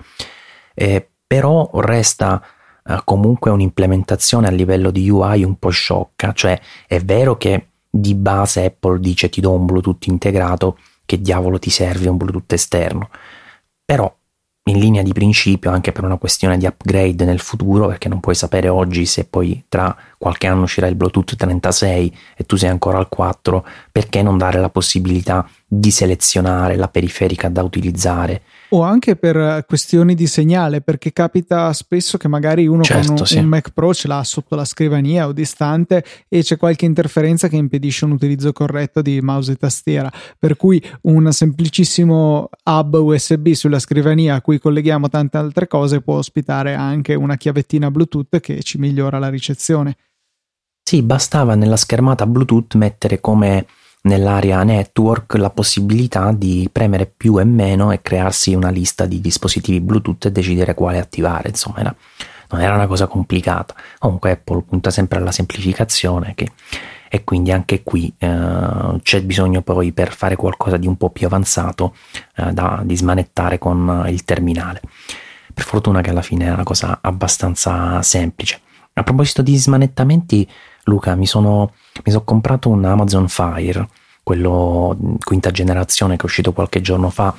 però resta comunque un'implementazione a livello di UI un po' sciocca. Cioè è vero che di base Apple dice ti do un Bluetooth integrato, che diavolo ti serve un Bluetooth esterno, però in linea di principio, anche per una questione di upgrade nel futuro, perché non puoi sapere oggi se poi tra qualche anno uscirà il Bluetooth 36 e tu sei ancora al 4, perché non dare la possibilità di selezionare la periferica da utilizzare? O anche per questioni di segnale, perché capita spesso che magari uno con un Mac Pro ce l'ha sotto la scrivania o distante e c'è qualche interferenza che impedisce un utilizzo corretto di mouse e tastiera, per cui un semplicissimo hub USB sulla scrivania a cui colleghiamo tante altre cose può ospitare anche una chiavettina Bluetooth che ci migliora la ricezione. Sì, bastava nella schermata Bluetooth mettere come nell'area network la possibilità di premere più e meno e crearsi una lista di dispositivi Bluetooth e decidere quale attivare. Insomma, non era una cosa complicata. Comunque Apple punta sempre alla semplificazione, e quindi anche qui c'è bisogno poi, per fare qualcosa di un po' più avanzato, di smanettare con il terminale. Per fortuna che alla fine è una cosa abbastanza semplice. A proposito di smanettamenti, Luca, mi sono comprato un Amazon Fire, quello quinta generazione che è uscito qualche giorno fa,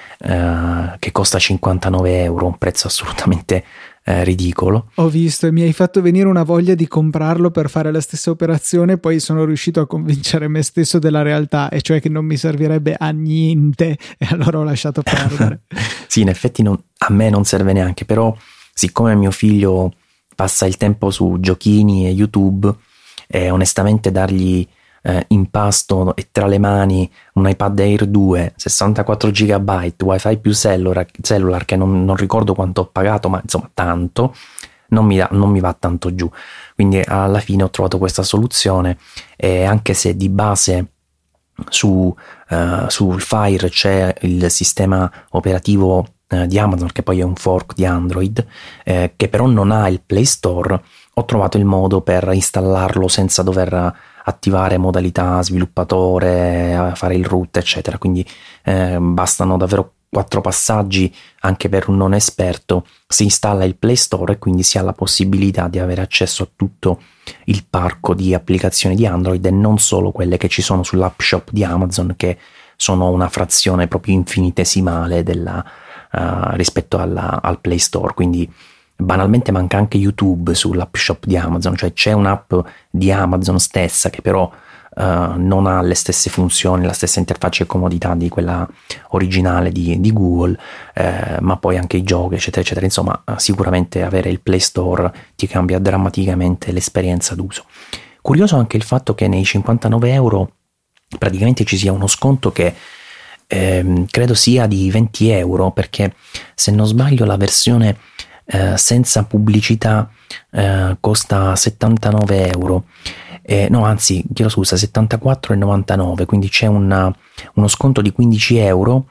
che costa 59 euro, un prezzo assolutamente ridicolo. Ho visto e mi hai fatto venire una voglia di comprarlo per fare la stessa operazione, poi sono riuscito a convincere me stesso della realtà, e cioè che non mi servirebbe a niente, e allora ho lasciato perdere. Sì, in effetti a me non serve neanche, però siccome mio figlio passa il tempo su giochini e YouTube, e onestamente dargli in pasto e tra le mani un iPad Air 2, 64 GB, wifi più cellular che non ricordo quanto ho pagato, ma insomma tanto, non mi va tanto giù. Quindi alla fine ho trovato questa soluzione, e anche se di base sul Fire c'è il sistema operativo di Amazon, che poi è un fork di Android, che però non ha il Play Store, ho trovato il modo per installarlo senza dover attivare modalità sviluppatore, fare il root eccetera. Quindi bastano davvero 4 passaggi anche per un non esperto. Si installa il Play Store e quindi si ha la possibilità di avere accesso a tutto il parco di applicazioni di Android, e non solo quelle che ci sono sull'app shop di Amazon, che sono una frazione proprio infinitesimale rispetto al Play Store. Quindi banalmente manca anche YouTube sull'app shop di Amazon, cioè c'è un'app di Amazon stessa che però non ha le stesse funzioni, la stessa interfaccia e comodità di quella originale di Google, ma poi anche i giochi eccetera eccetera. Insomma, sicuramente avere il Play Store ti cambia drammaticamente l'esperienza d'uso. Curioso anche il fatto che nei 59 euro praticamente ci sia uno sconto che credo sia di 20 euro, perché se non sbaglio la versione senza pubblicità costa 79 euro, no anzi chiedo scusa, 74,99, quindi c'è uno sconto di 15 euro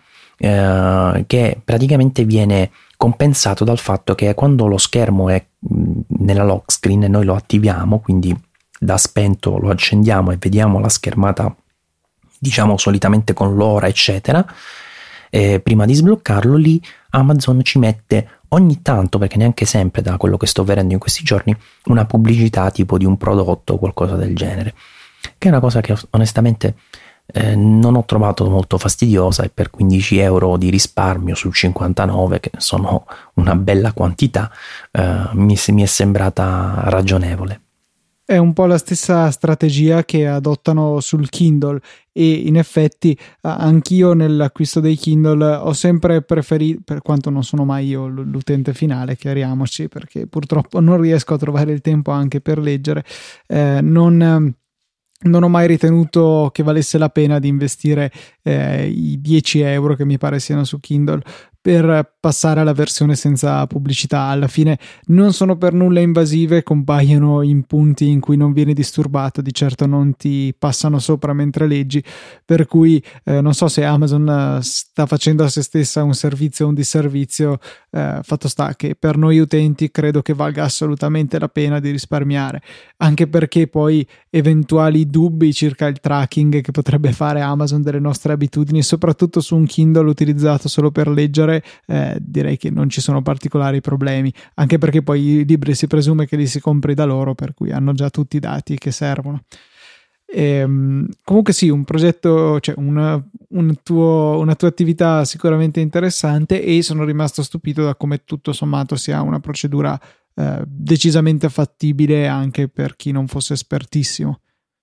che praticamente viene compensato dal fatto che quando lo schermo è nella lock screen e noi lo attiviamo, quindi da spento lo accendiamo e vediamo la schermata, diciamo solitamente con l'ora eccetera, prima di sbloccarlo, lì Amazon ci mette ogni tanto, perché neanche sempre, da quello che sto vedendo in questi giorni, una pubblicità tipo di un prodotto o qualcosa del genere, che è una cosa che onestamente non ho trovato molto fastidiosa, e per 15 euro di risparmio su 59, che sono una bella quantità, mi è sembrata ragionevole. È un po' la stessa strategia che adottano sul Kindle, e in effetti anch'io nell'acquisto dei Kindle ho sempre preferito, per quanto non sono mai io l'utente finale, chiariamoci, perché purtroppo non riesco a trovare il tempo anche per leggere, non ho mai ritenuto che valesse la pena di investire i 10 euro che mi pare siano su Kindle per passare alla versione senza pubblicità. Alla fine non sono per nulla invasive, compaiono in punti in cui non vieni disturbato, di certo non ti passano sopra mentre leggi, per cui non so se Amazon sta facendo a se stessa un servizio o un disservizio. Fatto sta che per noi utenti credo che valga assolutamente la pena di risparmiare, anche perché poi eventuali dubbi circa il tracking che potrebbe fare Amazon delle nostre abitudini, soprattutto su un Kindle utilizzato solo per leggere, direi che non ci sono particolari problemi, anche perché poi i libri si presume che li si compri da loro, per cui hanno già tutti i dati che servono. Comunque sì, un progetto, cioè una tua attività sicuramente interessante, e sono rimasto stupito da come tutto sommato sia una procedura decisamente fattibile anche per chi non fosse espertissimo.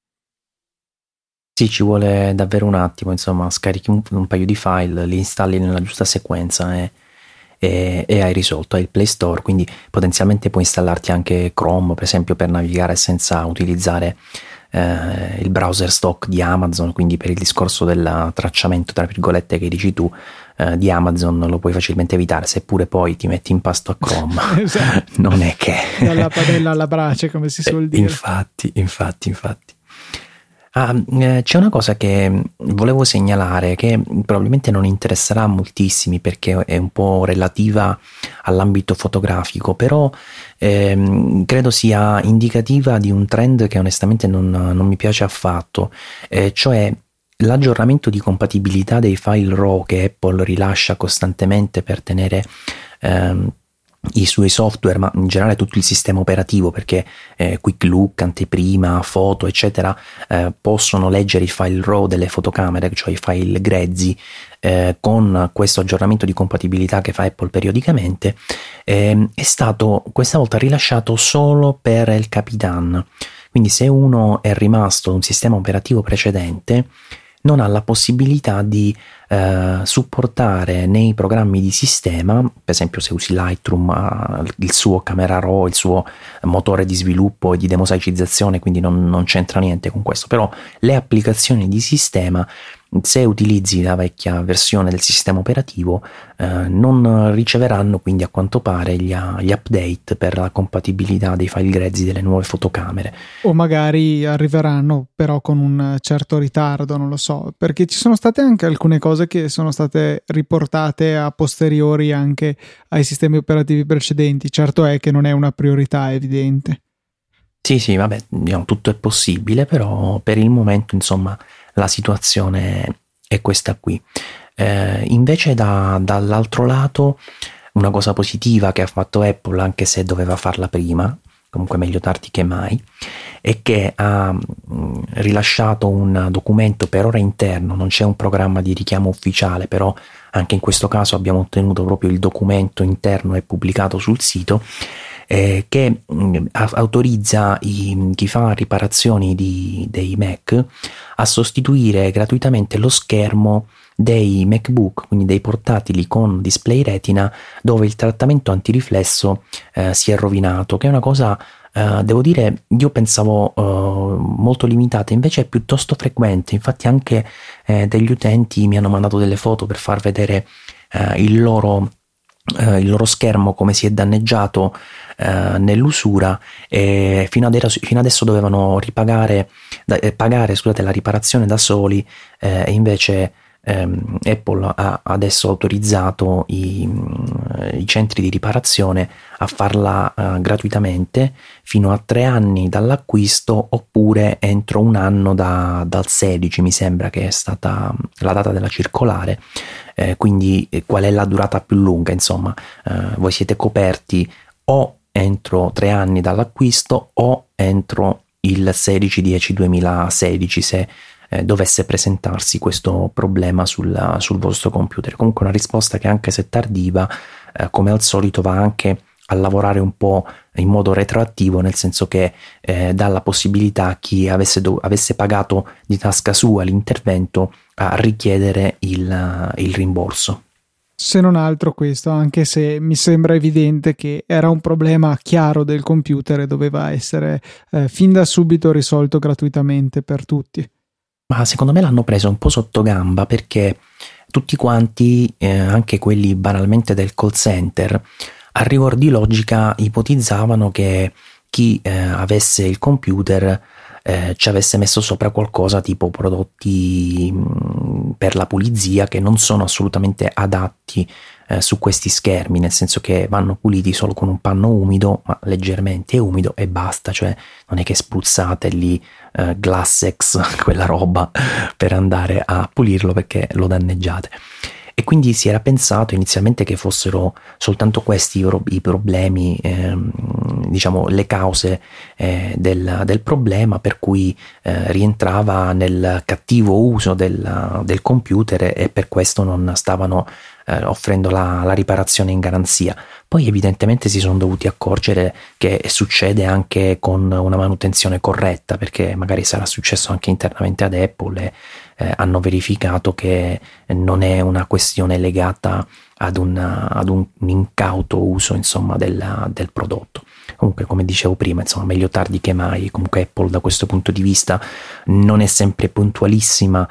Sì, ci vuole davvero un attimo, insomma, scarichi un paio di file, li installi nella giusta sequenza e hai risolto. Hai il Play Store, quindi potenzialmente puoi installarti anche Chrome, per esempio, per navigare senza utilizzare il browser stock di Amazon, quindi per il discorso del tracciamento, tra virgolette, che dici tu, di Amazon lo puoi facilmente evitare, seppure poi ti metti in pasto a Chrome. Esatto. Non è che... Dalla padella alla brace, come si suol dire. Infatti. C'è una cosa che volevo segnalare che probabilmente non interesserà a moltissimi perché è un po' relativa all'ambito fotografico, però credo sia indicativa di un trend che onestamente non mi piace affatto, cioè l'aggiornamento di compatibilità dei file RAW che Apple rilascia costantemente per tenere i suoi software, ma in generale tutto il sistema operativo, perché Quick Look, anteprima, foto, eccetera, possono leggere i file RAW delle fotocamere, cioè i file grezzi, con questo aggiornamento di compatibilità che fa Apple periodicamente. È stato questa volta rilasciato solo per il Capitan, quindi se uno è rimasto un sistema operativo precedente non ha la possibilità di supportare nei programmi di sistema, per esempio se usi Lightroom, il suo Camera Raw, il suo motore di sviluppo e di demosaicizzazione, quindi non c'entra niente con questo, però le applicazioni di sistema, se utilizzi la vecchia versione del sistema operativo, non riceveranno quindi a quanto pare gli update per la compatibilità dei file grezzi delle nuove fotocamere. O magari arriveranno però con un certo ritardo, non lo so, perché ci sono state anche alcune cose che sono state riportate a posteriori anche ai sistemi operativi precedenti. Certo è che non è una priorità evidente. Sì, vabbè, diciamo, tutto è possibile, però per il momento, insomma, la situazione è questa qui. Invece dall'altro lato, una cosa positiva che ha fatto Apple, anche se doveva farla prima, comunque meglio tardi che mai, è che ha rilasciato un documento per ora interno, non c'è un programma di richiamo ufficiale, però anche in questo caso abbiamo ottenuto proprio il documento interno e pubblicato sul sito, che autorizza chi fa riparazioni dei Mac a sostituire gratuitamente lo schermo dei MacBook, quindi dei portatili con display retina dove il trattamento antiriflesso si è rovinato, che è una cosa, devo dire, io pensavo molto limitata, invece è piuttosto frequente. Infatti anche degli utenti mi hanno mandato delle foto per far vedere il loro schermo come si è danneggiato nell'usura, e fino adesso dovevano pagare la riparazione da soli, e invece Apple ha adesso autorizzato i centri di riparazione a farla gratuitamente fino a 3 anni dall'acquisto, oppure entro 1 anno dal 16, mi sembra che è stata la data della circolare. Quindi qual è la durata più lunga? Insomma, voi siete coperti o entro 3 anni dall'acquisto o entro il 16/10/2016 se dovesse presentarsi questo problema sul vostro computer. Comunque una risposta che, anche se tardiva, come al solito va anche a lavorare un po' in modo retroattivo, nel senso che dà la possibilità a chi avesse pagato di tasca sua l'intervento a richiedere il rimborso. Se non altro questo, anche se mi sembra evidente che era un problema chiaro del computer e doveva essere fin da subito risolto gratuitamente per tutti. Ma secondo me l'hanno preso un po' sotto gamba, perché tutti quanti, anche quelli banalmente del call center, a rigor di logica ipotizzavano che chi avesse il computer ci avesse messo sopra qualcosa tipo prodotti per la pulizia che non sono assolutamente adatti su questi schermi, nel senso che vanno puliti solo con un panno umido, ma leggermente umido, e basta. Cioè non è che spruzzate lì Glassex, quella roba, per andare a pulirlo, perché lo danneggiate. E quindi si era pensato inizialmente che fossero soltanto questi i problemi, diciamo le cause del problema, per cui rientrava nel cattivo uso del computer, e per questo non stavano offrendo la riparazione in garanzia. Poi evidentemente si sono dovuti accorgere che succede anche con una manutenzione corretta, perché magari sarà successo anche internamente ad Apple, e hanno verificato che non è una questione legata ad un incauto uso, insomma, del prodotto. Comunque, come dicevo prima, insomma, meglio tardi che mai. Comunque Apple da questo punto di vista non è sempre puntualissima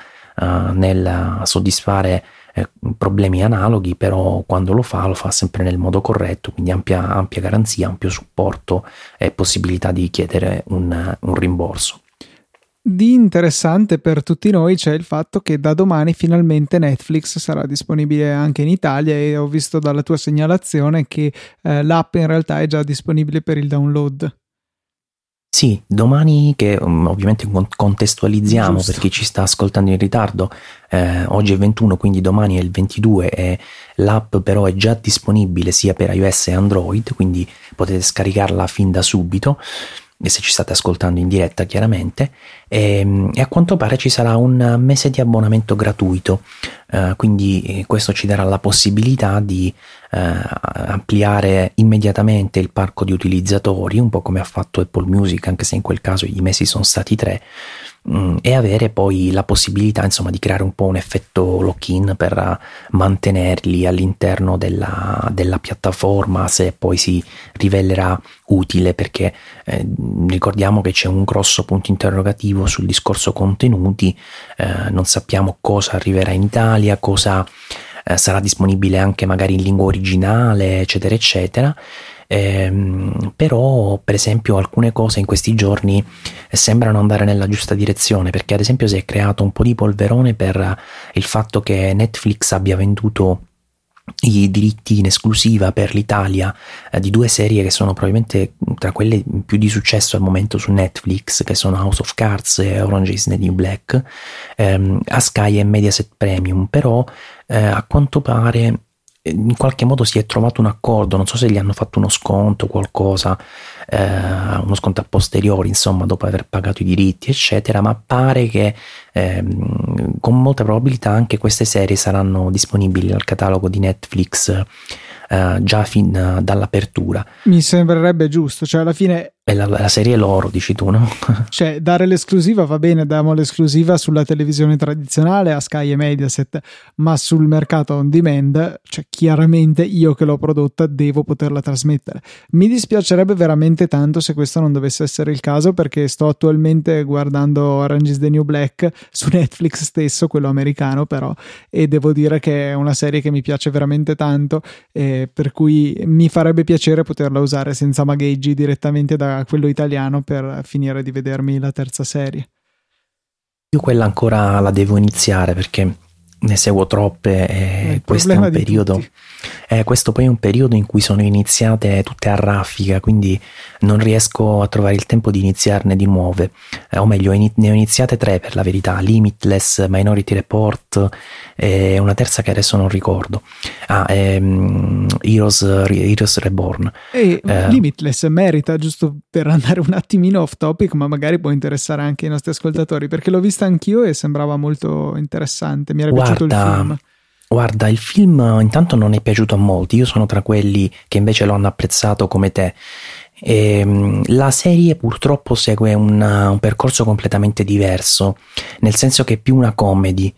nel soddisfare problemi analoghi, però quando lo fa sempre nel modo corretto, quindi ampia garanzia, ampio supporto e possibilità di chiedere un rimborso. Di interessante per tutti noi c'è il fatto che da domani finalmente Netflix sarà disponibile anche in Italia, e ho visto dalla tua segnalazione che l'app in realtà è già disponibile per il download. Sì, domani, che ovviamente contestualizziamo Giusto. per chi ci sta ascoltando in ritardo, oggi è 21, quindi domani è il 22 e l'app però è già disponibile sia per iOS e Android, quindi potete scaricarla fin da subito, e se ci state ascoltando in diretta chiaramente, e a quanto pare ci sarà un mese di abbonamento gratuito, quindi questo ci darà la possibilità di ampliare immediatamente il parco di utilizzatori, un po' come ha fatto Apple Music, anche se in quel caso i mesi sono stati 3, e avere poi la possibilità, insomma, di creare un po' un effetto lock-in per mantenerli all'interno della piattaforma, se poi si rivelerà utile, perché ricordiamo che c'è un grosso punto interrogativo sul discorso contenuti. Non sappiamo cosa arriverà in Italia, cosa sarà disponibile anche magari in lingua originale, eccetera eccetera. Però per esempio alcune cose in questi giorni sembrano andare nella giusta direzione, perché ad esempio si è creato un po' di polverone per il fatto che Netflix abbia venduto i diritti in esclusiva per l'Italia di 2 serie che sono probabilmente tra quelle più di successo al momento su Netflix, che sono House of Cards e Orange is the New Black, a Sky e Mediaset Premium. Però a quanto pare in qualche modo si è trovato un accordo, non so se gli hanno fatto uno sconto, qualcosa, uno sconto a posteriori, insomma, dopo aver pagato i diritti eccetera, ma pare che con molta probabilità anche queste serie saranno disponibili al catalogo di Netflix già fin dall'apertura. Mi sembrerebbe giusto, cioè alla fine E la serie loro, dici tu, no? Cioè, dare l'esclusiva va bene, diamo l'esclusiva sulla televisione tradizionale a Sky e Mediaset, ma sul mercato on demand, cioè chiaramente io che l'ho prodotta devo poterla trasmettere. Mi dispiacerebbe veramente tanto se questo non dovesse essere il caso, perché sto attualmente guardando Orange is the New Black su Netflix stesso, quello americano però, e devo dire che è una serie che mi piace veramente tanto, per cui mi farebbe piacere poterla usare senza magheggi direttamente da quello italiano per finire di vedermi la terza serie. Io quella ancora la devo iniziare perché ne seguo troppe, e questo è un periodo, questo poi è un periodo in cui sono iniziate tutte a raffica, quindi non riesco a trovare il tempo di iniziarne di nuove, o meglio ne ho iniziate 3 per la verità: Limitless, Minority Report e una terza che adesso non ricordo, Heroes Reborn. E Limitless merita, giusto per andare un attimino off topic, ma magari può interessare anche i nostri ascoltatori, perché l'ho vista anch'io e sembrava molto interessante, mi era piaciuto il film. Guarda, il film intanto non è piaciuto a molti, io sono tra quelli che invece lo hanno apprezzato come te. La serie purtroppo segue un percorso completamente diverso, nel senso che è più una comedy.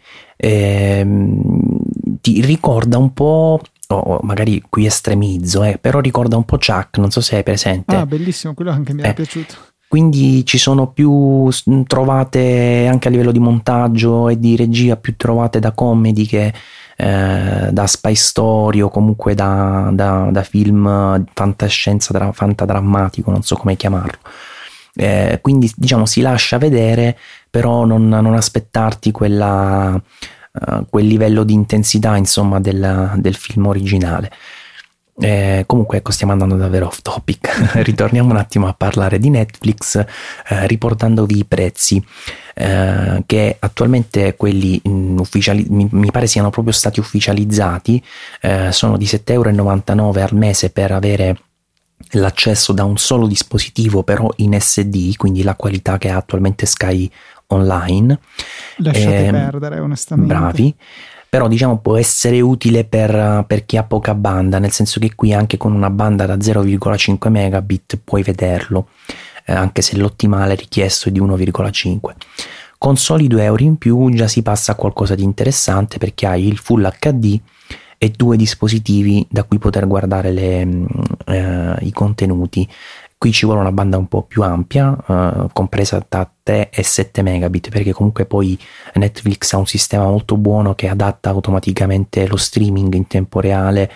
Ti ricorda un po', magari qui estremizzo, però ricorda un po' Chuck, non so se hai presente. Ah, bellissimo, quello anche mi è piaciuto. Quindi ci sono più trovate anche a livello di montaggio e di regia, più trovate da comedy che da spy story, o comunque da film fantascienza, fantadrammatico, non so come chiamarlo. Quindi diciamo si lascia vedere, però non aspettarti quel livello di intensità, insomma, del film originale. Comunque ecco, stiamo andando davvero off topic. Ritorniamo un attimo a parlare di Netflix, riportandovi i prezzi, che attualmente quelli ufficiali mi pare siano proprio stati ufficializzati, sono di 7,99 € al mese per avere l'accesso da un solo dispositivo, però in SD, quindi la qualità che ha attualmente Sky Online. Lasciate perdere, onestamente. Bravi. Però diciamo può essere utile per chi ha poca banda, nel senso che qui anche con una banda da 0,5 megabit puoi vederlo, anche se l'ottimale richiesto è di 1,5. Con soli 2 euro in più già si passa a qualcosa di interessante, perché hai il Full HD e 2 dispositivi da cui poter guardare i contenuti. Qui ci vuole una banda un po' più ampia, compresa da 3 e 7 megabit, perché comunque poi Netflix ha un sistema molto buono che adatta automaticamente lo streaming in tempo reale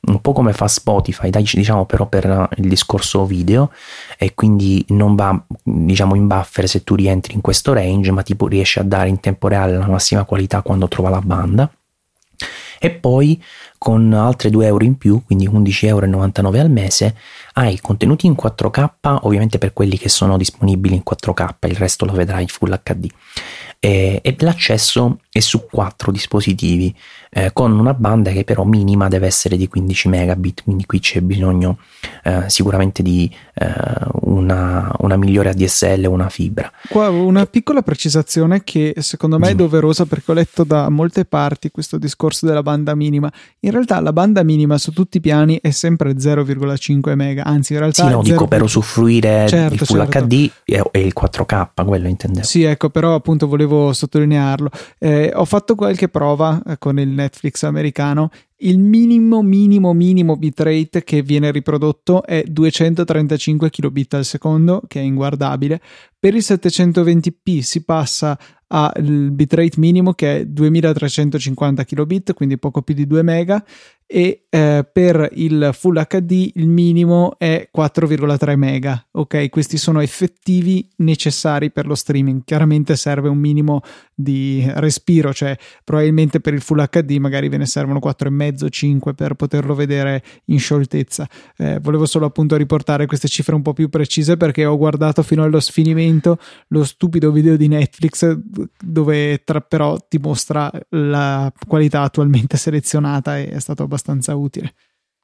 un po' come fa Spotify, diciamo, però per il discorso video, e quindi non va, diciamo, in buffer se tu rientri in questo range, ma tipo riesce a dare in tempo reale la massima qualità quando trova la banda. E poi con altre 2 euro in più, quindi 11,99 € al mese, hai contenuti in 4K, ovviamente per quelli che sono disponibili in 4K, il resto lo vedrai in Full HD. E l'accesso è su 4 dispositivi, con una banda che però minima deve essere di 15 megabit, quindi qui c'è bisogno sicuramente di una migliore ADSL o una fibra. Qua una piccola precisazione che secondo me è doverosa, perché ho letto da molte parti questo discorso della banda minima. In realtà la banda minima su tutti i piani è sempre 0,5 mega, anzi in realtà sì, no, dico per usufruire il Full HD e il 4K, quello intendevo. Sì, ecco, però appunto volevo sottolinearlo. Ho fatto qualche prova con il Netflix americano. Il minimo bitrate che viene riprodotto è 235 kilobit al secondo, che è inguardabile. Per il 720p si passa al bitrate minimo, che è 2350 kilobit, quindi poco più di 2 mega, e per il Full HD il minimo è 4,3 mega. Ok, questi sono effettivi necessari per lo streaming. Chiaramente serve un minimo di respiro, cioè probabilmente per il Full HD magari ve ne servono 4,5, 5 per poterlo vedere in scioltezza. Volevo solo appunto riportare queste cifre un po' più precise, perché ho guardato fino allo sfinimento lo stupido video di Netflix dove però ti mostra la qualità attualmente selezionata, e è stato abbastanza utile.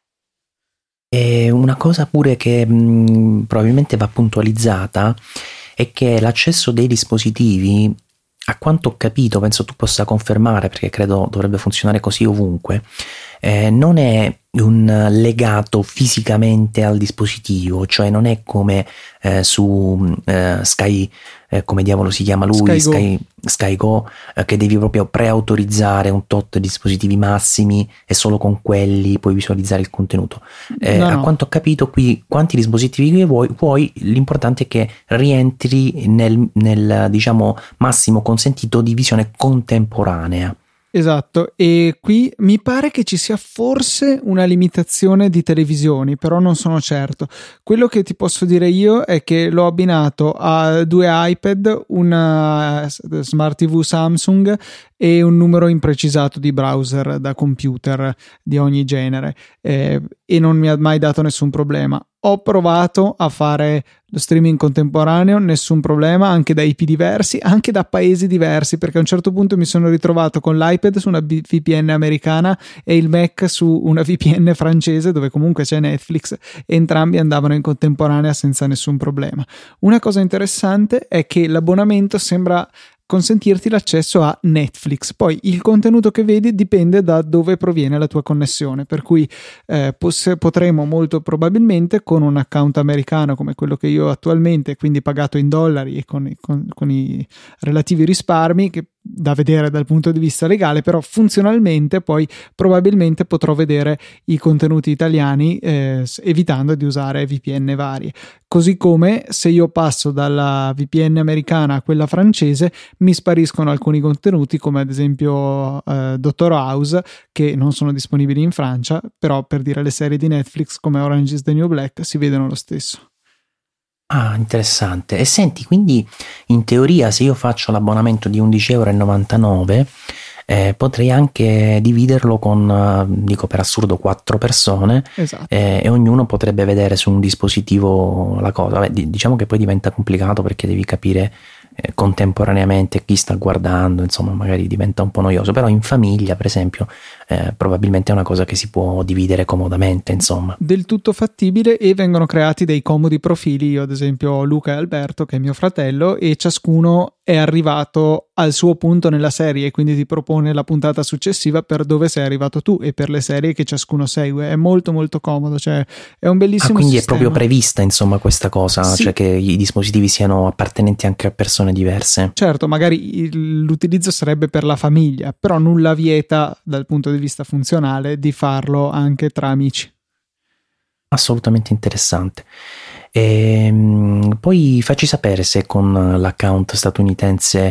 E una cosa pure che probabilmente va puntualizzata è che l'accesso dei dispositivi, a quanto ho capito, penso tu possa confermare, perché credo dovrebbe funzionare così ovunque, non è un legato fisicamente al dispositivo, cioè non è come su Sky, come diavolo si chiama lui, Sky Go, che devi proprio preautorizzare un tot di dispositivi massimi e solo con quelli puoi visualizzare il contenuto. A quanto ho capito qui, quanti dispositivi vuoi, l'importante è che rientri nel diciamo massimo consentito di visione contemporanea. Esatto, e qui mi pare che ci sia forse una limitazione di televisioni, però non sono certo. Quello che ti posso dire io è che l'ho abbinato a 2 iPad, una Smart TV Samsung e un numero imprecisato di browser da computer di ogni genere, e non mi ha mai dato nessun problema. Ho provato a fare lo streaming contemporaneo, nessun problema, anche da IP diversi, anche da paesi diversi, perché a un certo punto mi sono ritrovato con l'iPad su una VPN americana e il Mac su una VPN francese, dove comunque c'è Netflix, e entrambi andavano in contemporanea senza nessun problema. Una cosa interessante è che l'abbonamento sembra consentirti l'accesso a Netflix, poi il contenuto che vedi dipende da dove proviene la tua connessione, per cui potremo molto probabilmente con un account americano come quello che io ho attualmente, quindi pagato in dollari e con i relativi risparmi, che da vedere dal punto di vista legale, però funzionalmente poi probabilmente potrò vedere i contenuti italiani evitando di usare VPN varie. Così come se io passo dalla VPN americana a quella francese mi spariscono alcuni contenuti, come ad esempio Dottor House, che non sono disponibili in Francia, però per dire le serie di Netflix come Orange is the New Black si vedono lo stesso. Ah, interessante. E senti, quindi in teoria se io faccio l'abbonamento di 11,99 €, potrei anche dividerlo con, dico per assurdo, 4 persone. Esatto. E ognuno potrebbe vedere su un dispositivo la cosa. Vabbè, diciamo che poi diventa complicato perché devi capire contemporaneamente chi sta guardando, insomma magari diventa un po' noioso, però in famiglia per esempio probabilmente è una cosa che si può dividere comodamente, insomma. Del tutto fattibile, e vengono creati dei comodi profili. Io ad esempio ho Luca e Alberto, che è mio fratello, e ciascuno è arrivato al suo punto nella serie, quindi ti propone la puntata successiva per dove sei arrivato tu e per le serie che ciascuno segue. È molto molto comodo, cioè è un bellissimo quindi sistema. È proprio prevista insomma questa cosa, sì. Cioè che i dispositivi siano appartenenti anche a persone diverse. Certo, magari l'utilizzo sarebbe per la famiglia, però nulla vieta dal punto di vista funzionale di farlo anche tra amici. Assolutamente interessante. Poi facci sapere se con l'account statunitense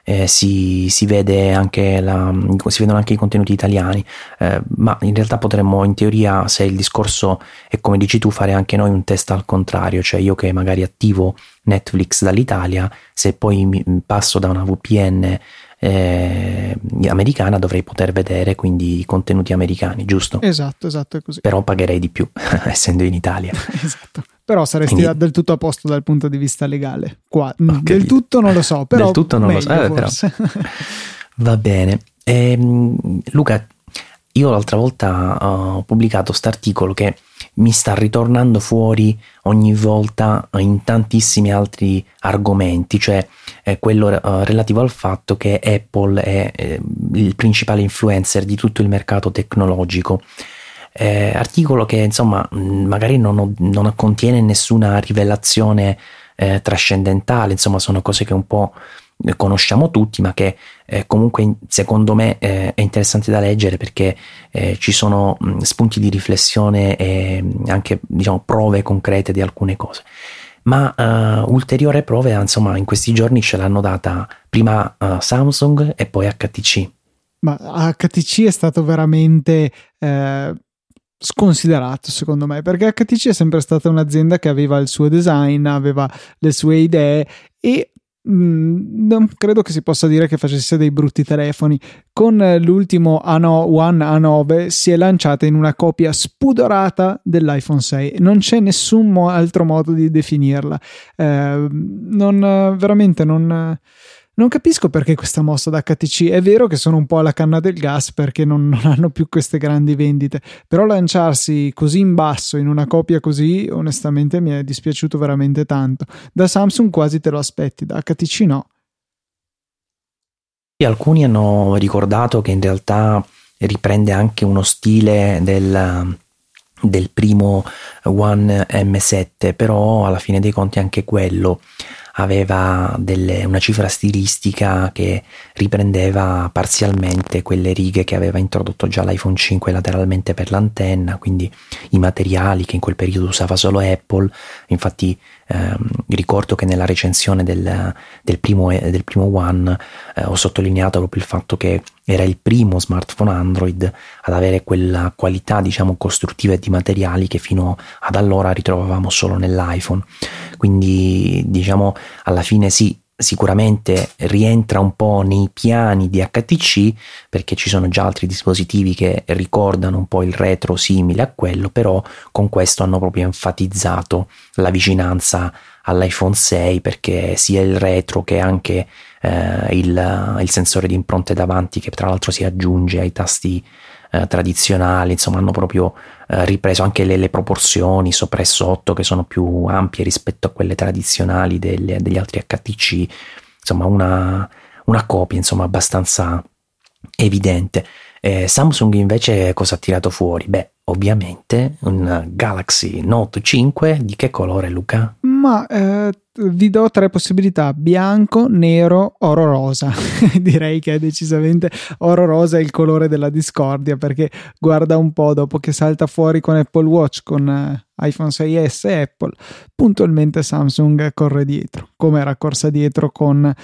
si vede anche si vedono anche i contenuti italiani, ma in realtà potremmo, in teoria, se il discorso è come dici tu, fare anche noi un test al contrario, cioè io che magari attivo Netflix dall'Italia, se poi mi passo da una VPN americana, dovrei poter vedere quindi i contenuti americani, giusto? Esatto, è così. Però pagherei di più essendo in Italia. Esatto. Però saresti Quindi, del tutto a posto dal punto di vista legale. Qua del tutto non lo so, però del tutto non lo so, però. Va bene. Luca, io l'altra volta ho pubblicato st'articolo che mi sta ritornando fuori ogni volta in tantissimi altri argomenti, cioè quello relativo al fatto che Apple è il principale influencer di tutto il mercato tecnologico. Articolo che insomma magari non contiene nessuna rivelazione trascendentale, insomma sono cose che un po' conosciamo tutti, ma che comunque secondo me è interessante da leggere, perché ci sono spunti di riflessione e anche, diciamo, prove concrete di alcune cose. Ma ulteriore prove, insomma, in questi giorni ce l'hanno data prima Samsung e poi HTC. Ma HTC è stato veramente sconsiderato, secondo me, perché HTC è sempre stata un'azienda che aveva il suo design, aveva le sue idee e non credo che si possa dire che facesse dei brutti telefoni. Con l'ultimo One A9 si è lanciata in una copia spudorata dell'iPhone 6, non c'è nessun altro modo di definirla. Veramente non capisco perché questa mossa da HTC. È vero che sono un po' alla canna del gas perché non hanno più queste grandi vendite, però lanciarsi così in basso in una copia così, onestamente mi è dispiaciuto veramente tanto. Da Samsung quasi te lo aspetti, da HTC no. E alcuni hanno ricordato che in realtà riprende anche uno stile del primo One M7, però alla fine dei conti anche quello aveva una cifra stilistica che riprendeva parzialmente quelle righe che aveva introdotto già l'iPhone 5 lateralmente per l'antenna, quindi i materiali che in quel periodo usava solo Apple. Infatti ricordo che nella recensione del primo One ho sottolineato proprio il fatto che era il primo smartphone Android ad avere quella qualità, diciamo, costruttiva e di materiali che fino ad allora ritrovavamo solo nell'iPhone. Quindi, diciamo, alla fine sì, sicuramente rientra un po' nei piani di HTC, perché ci sono già altri dispositivi che ricordano un po' il retro simile a quello, però con questo hanno proprio enfatizzato la vicinanza all'iPhone 6, perché sia il retro che anche il sensore di impronte davanti, che tra l'altro si aggiunge ai tasti tradizionali, insomma hanno proprio ripreso anche le proporzioni sopra e sotto, che sono più ampie rispetto a quelle tradizionali degli altri HTC, insomma una copia, insomma, abbastanza evidente. Samsung invece cosa ha tirato fuori? Beh, ovviamente un Galaxy Note 5. Di che colore, Luca? Ma vi do 3 possibilità: bianco, nero, oro rosa. Direi che è decisamente oro rosa il colore della discordia, perché guarda un po', dopo che salta fuori con Apple Watch, con iPhone 6S e Apple, puntualmente Samsung corre dietro, come era corsa dietro con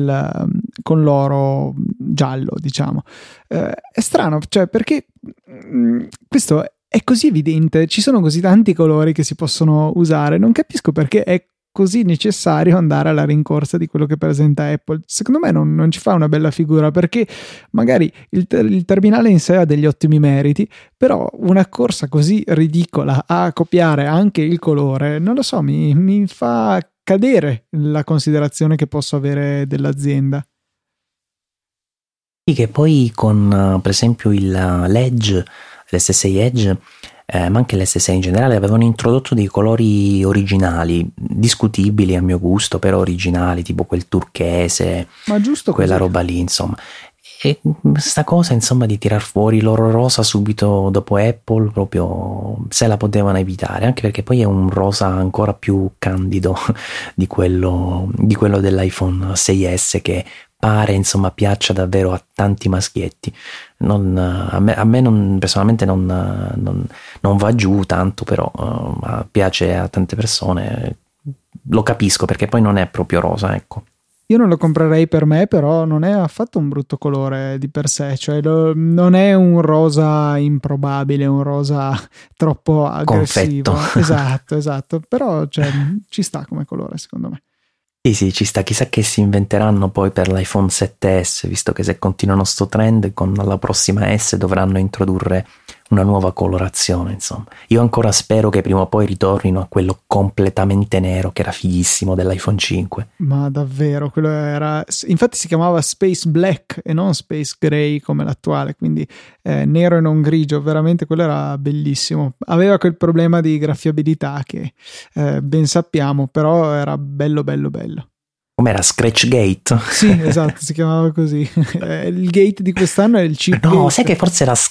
l'oro giallo, diciamo. È strano, cioè, perché questo è così evidente, ci sono così tanti colori che si possono usare, non capisco perché è così necessario andare alla rincorsa di quello che presenta Apple. Secondo me non ci fa una bella figura, perché magari il terminale in sé ha degli ottimi meriti, però una corsa così ridicola a copiare anche il colore, non lo so, mi fa cadere la considerazione che posso avere dell'azienda. Sì, che poi con per esempio l'Edge, l'S6 Edge, ma anche l'S6 in generale, avevano introdotto dei colori originali, discutibili a mio gusto, però originali, tipo quel turchese, ma giusto quella così. roba lì, insomma. E sta cosa, insomma, di tirar fuori l'oro rosa subito dopo Apple, proprio se la potevano evitare, anche perché poi è un rosa ancora più candido di quello dell'iPhone 6S, che pare, insomma, piaccia davvero a tanti maschietti. A me personalmente non va giù tanto, però piace a tante persone. Lo capisco, perché poi non è proprio rosa, ecco. Io non lo comprerei per me, però non è affatto un brutto colore di per sé, cioè non è un rosa improbabile, un rosa troppo aggressivo. Confetto. Esatto, però cioè, ci sta come colore secondo me. Sì, ci sta, chissà che si inventeranno poi per l'iPhone 7S, visto che se continuano sto trend con la prossima S dovranno introdurre una nuova colorazione, insomma. Io ancora spero che prima o poi ritornino a quello completamente nero che era fighissimo dell'iPhone 5. Ma davvero, quello era... Infatti si chiamava Space Black e non Space Gray come l'attuale, quindi nero e non grigio, veramente quello era bellissimo. Aveva quel problema di graffiabilità che ben sappiamo, però era bello. Com'era? Scratchgate? Sì, esatto, si chiamava così. Il gate di quest'anno è il chip No, gate. sai che forse era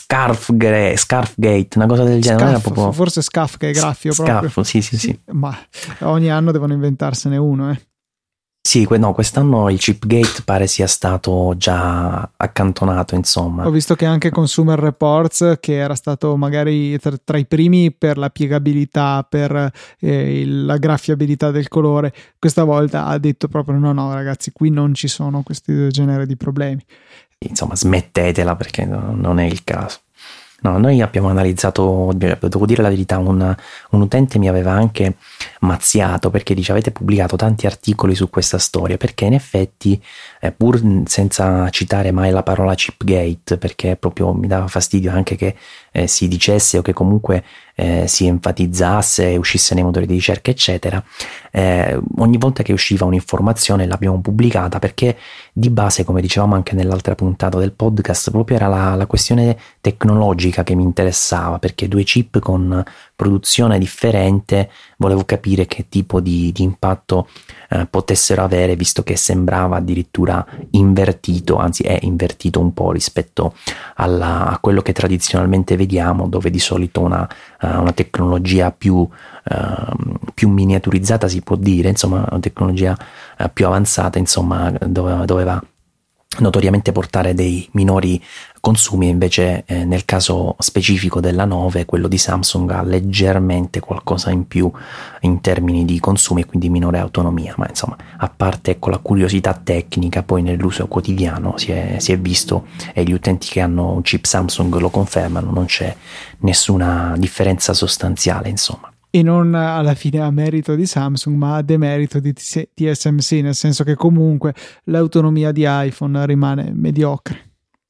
Scarfgate, una cosa del genere. Scuff, era proprio... forse Scuff che è graffio proprio. Scuff, sì. Ma ogni anno devono inventarsene uno, Sì, no, quest'anno il chipgate pare sia stato già accantonato, insomma. Ho visto che anche Consumer Reports, che era stato magari tra i primi per la piegabilità, per la graffiabilità del colore, questa volta ha detto proprio no ragazzi, qui non ci sono questi genere di problemi. Insomma, smettetela perché non è il caso. No, noi abbiamo analizzato, devo dire la verità, un utente mi aveva anche mazziato perché dice avete pubblicato tanti articoli su questa storia, perché in effetti, pur senza citare mai la parola chipgate, perché proprio mi dava fastidio anche che si dicesse o che comunque si enfatizzasse e uscisse nei motori di ricerca eccetera, ogni volta che usciva un'informazione l'abbiamo pubblicata perché di base, come dicevamo anche nell'altra puntata del podcast, proprio era la questione tecnologica che mi interessava, perché due chip con produzione differente volevo capire che tipo di impatto potessero avere, visto che sembrava addirittura invertito, anzi è invertito un po' rispetto a quello che tradizionalmente vediamo, dove di solito una tecnologia più miniaturizzata, si può dire, insomma una tecnologia più avanzata, insomma doveva notoriamente portare dei minori consumi, invece nel caso specifico della 9 quello di Samsung ha leggermente qualcosa in più in termini di consumi e quindi minore autonomia, ma insomma a parte la curiosità tecnica, poi nell'uso quotidiano si è visto, e gli utenti che hanno un chip Samsung lo confermano, non c'è nessuna differenza sostanziale, insomma. E non alla fine a merito di Samsung, ma a demerito di TSMC, nel senso che comunque l'autonomia di iPhone rimane mediocre.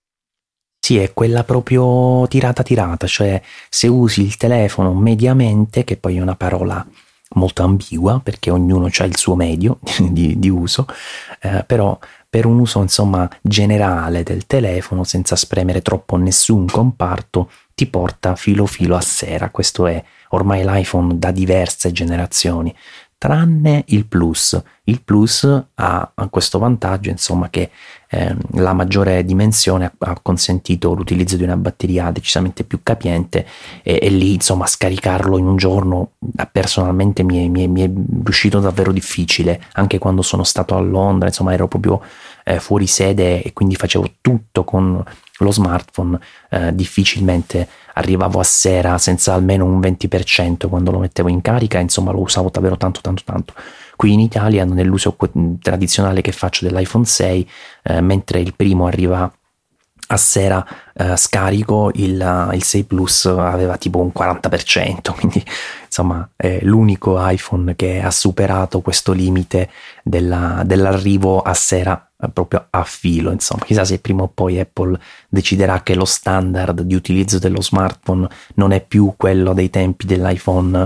Sì, è quella proprio tirata, cioè se usi il telefono mediamente, che poi è una parola molto ambigua perché ognuno ha il suo medio di uso, però per un uso insomma generale del telefono senza spremere troppo nessun comparto ti porta filo a sera. Questo è ormai l'iPhone da diverse generazioni, tranne il Plus. Il Plus ha questo vantaggio, insomma, che la maggiore dimensione ha consentito l'utilizzo di una batteria decisamente più capiente, e lì insomma scaricarlo in un giorno personalmente mi è riuscito davvero difficile, anche quando sono stato a Londra, insomma ero proprio fuori sede e quindi facevo tutto con lo smartphone, difficilmente arrivavo a sera senza almeno un 20% quando lo mettevo in carica, insomma lo usavo davvero tanto. Qui in Italia, nell'uso tradizionale che faccio dell'iPhone 6, mentre il primo arriva a sera scarico, il 6 Plus aveva tipo un 40%, quindi insomma è l'unico iPhone che ha superato questo limite dell'arrivo a sera proprio a filo. Insomma, chissà se prima o poi Apple deciderà che lo standard di utilizzo dello smartphone non è più quello dei tempi dell'iPhone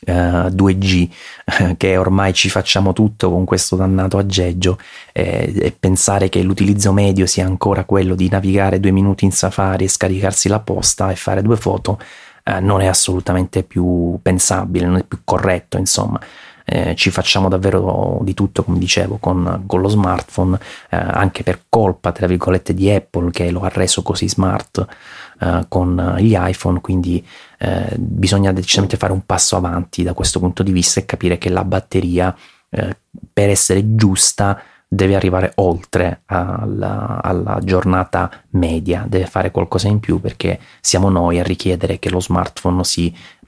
2G, che ormai ci facciamo tutto con questo dannato aggeggio, e pensare che l'utilizzo medio sia ancora quello di navigare 2 minuti in Safari e scaricarsi la posta e fare 2 foto non è assolutamente più pensabile, non è più corretto, insomma. Ci facciamo davvero di tutto, come dicevo, con lo smartphone, anche per colpa tra virgolette di Apple, che lo ha reso così smart con gli iPhone, quindi bisogna decisamente fare un passo avanti da questo punto di vista e capire che la batteria per essere giusta deve arrivare oltre alla giornata media, deve fare qualcosa in più, perché siamo noi a richiedere che lo smartphone si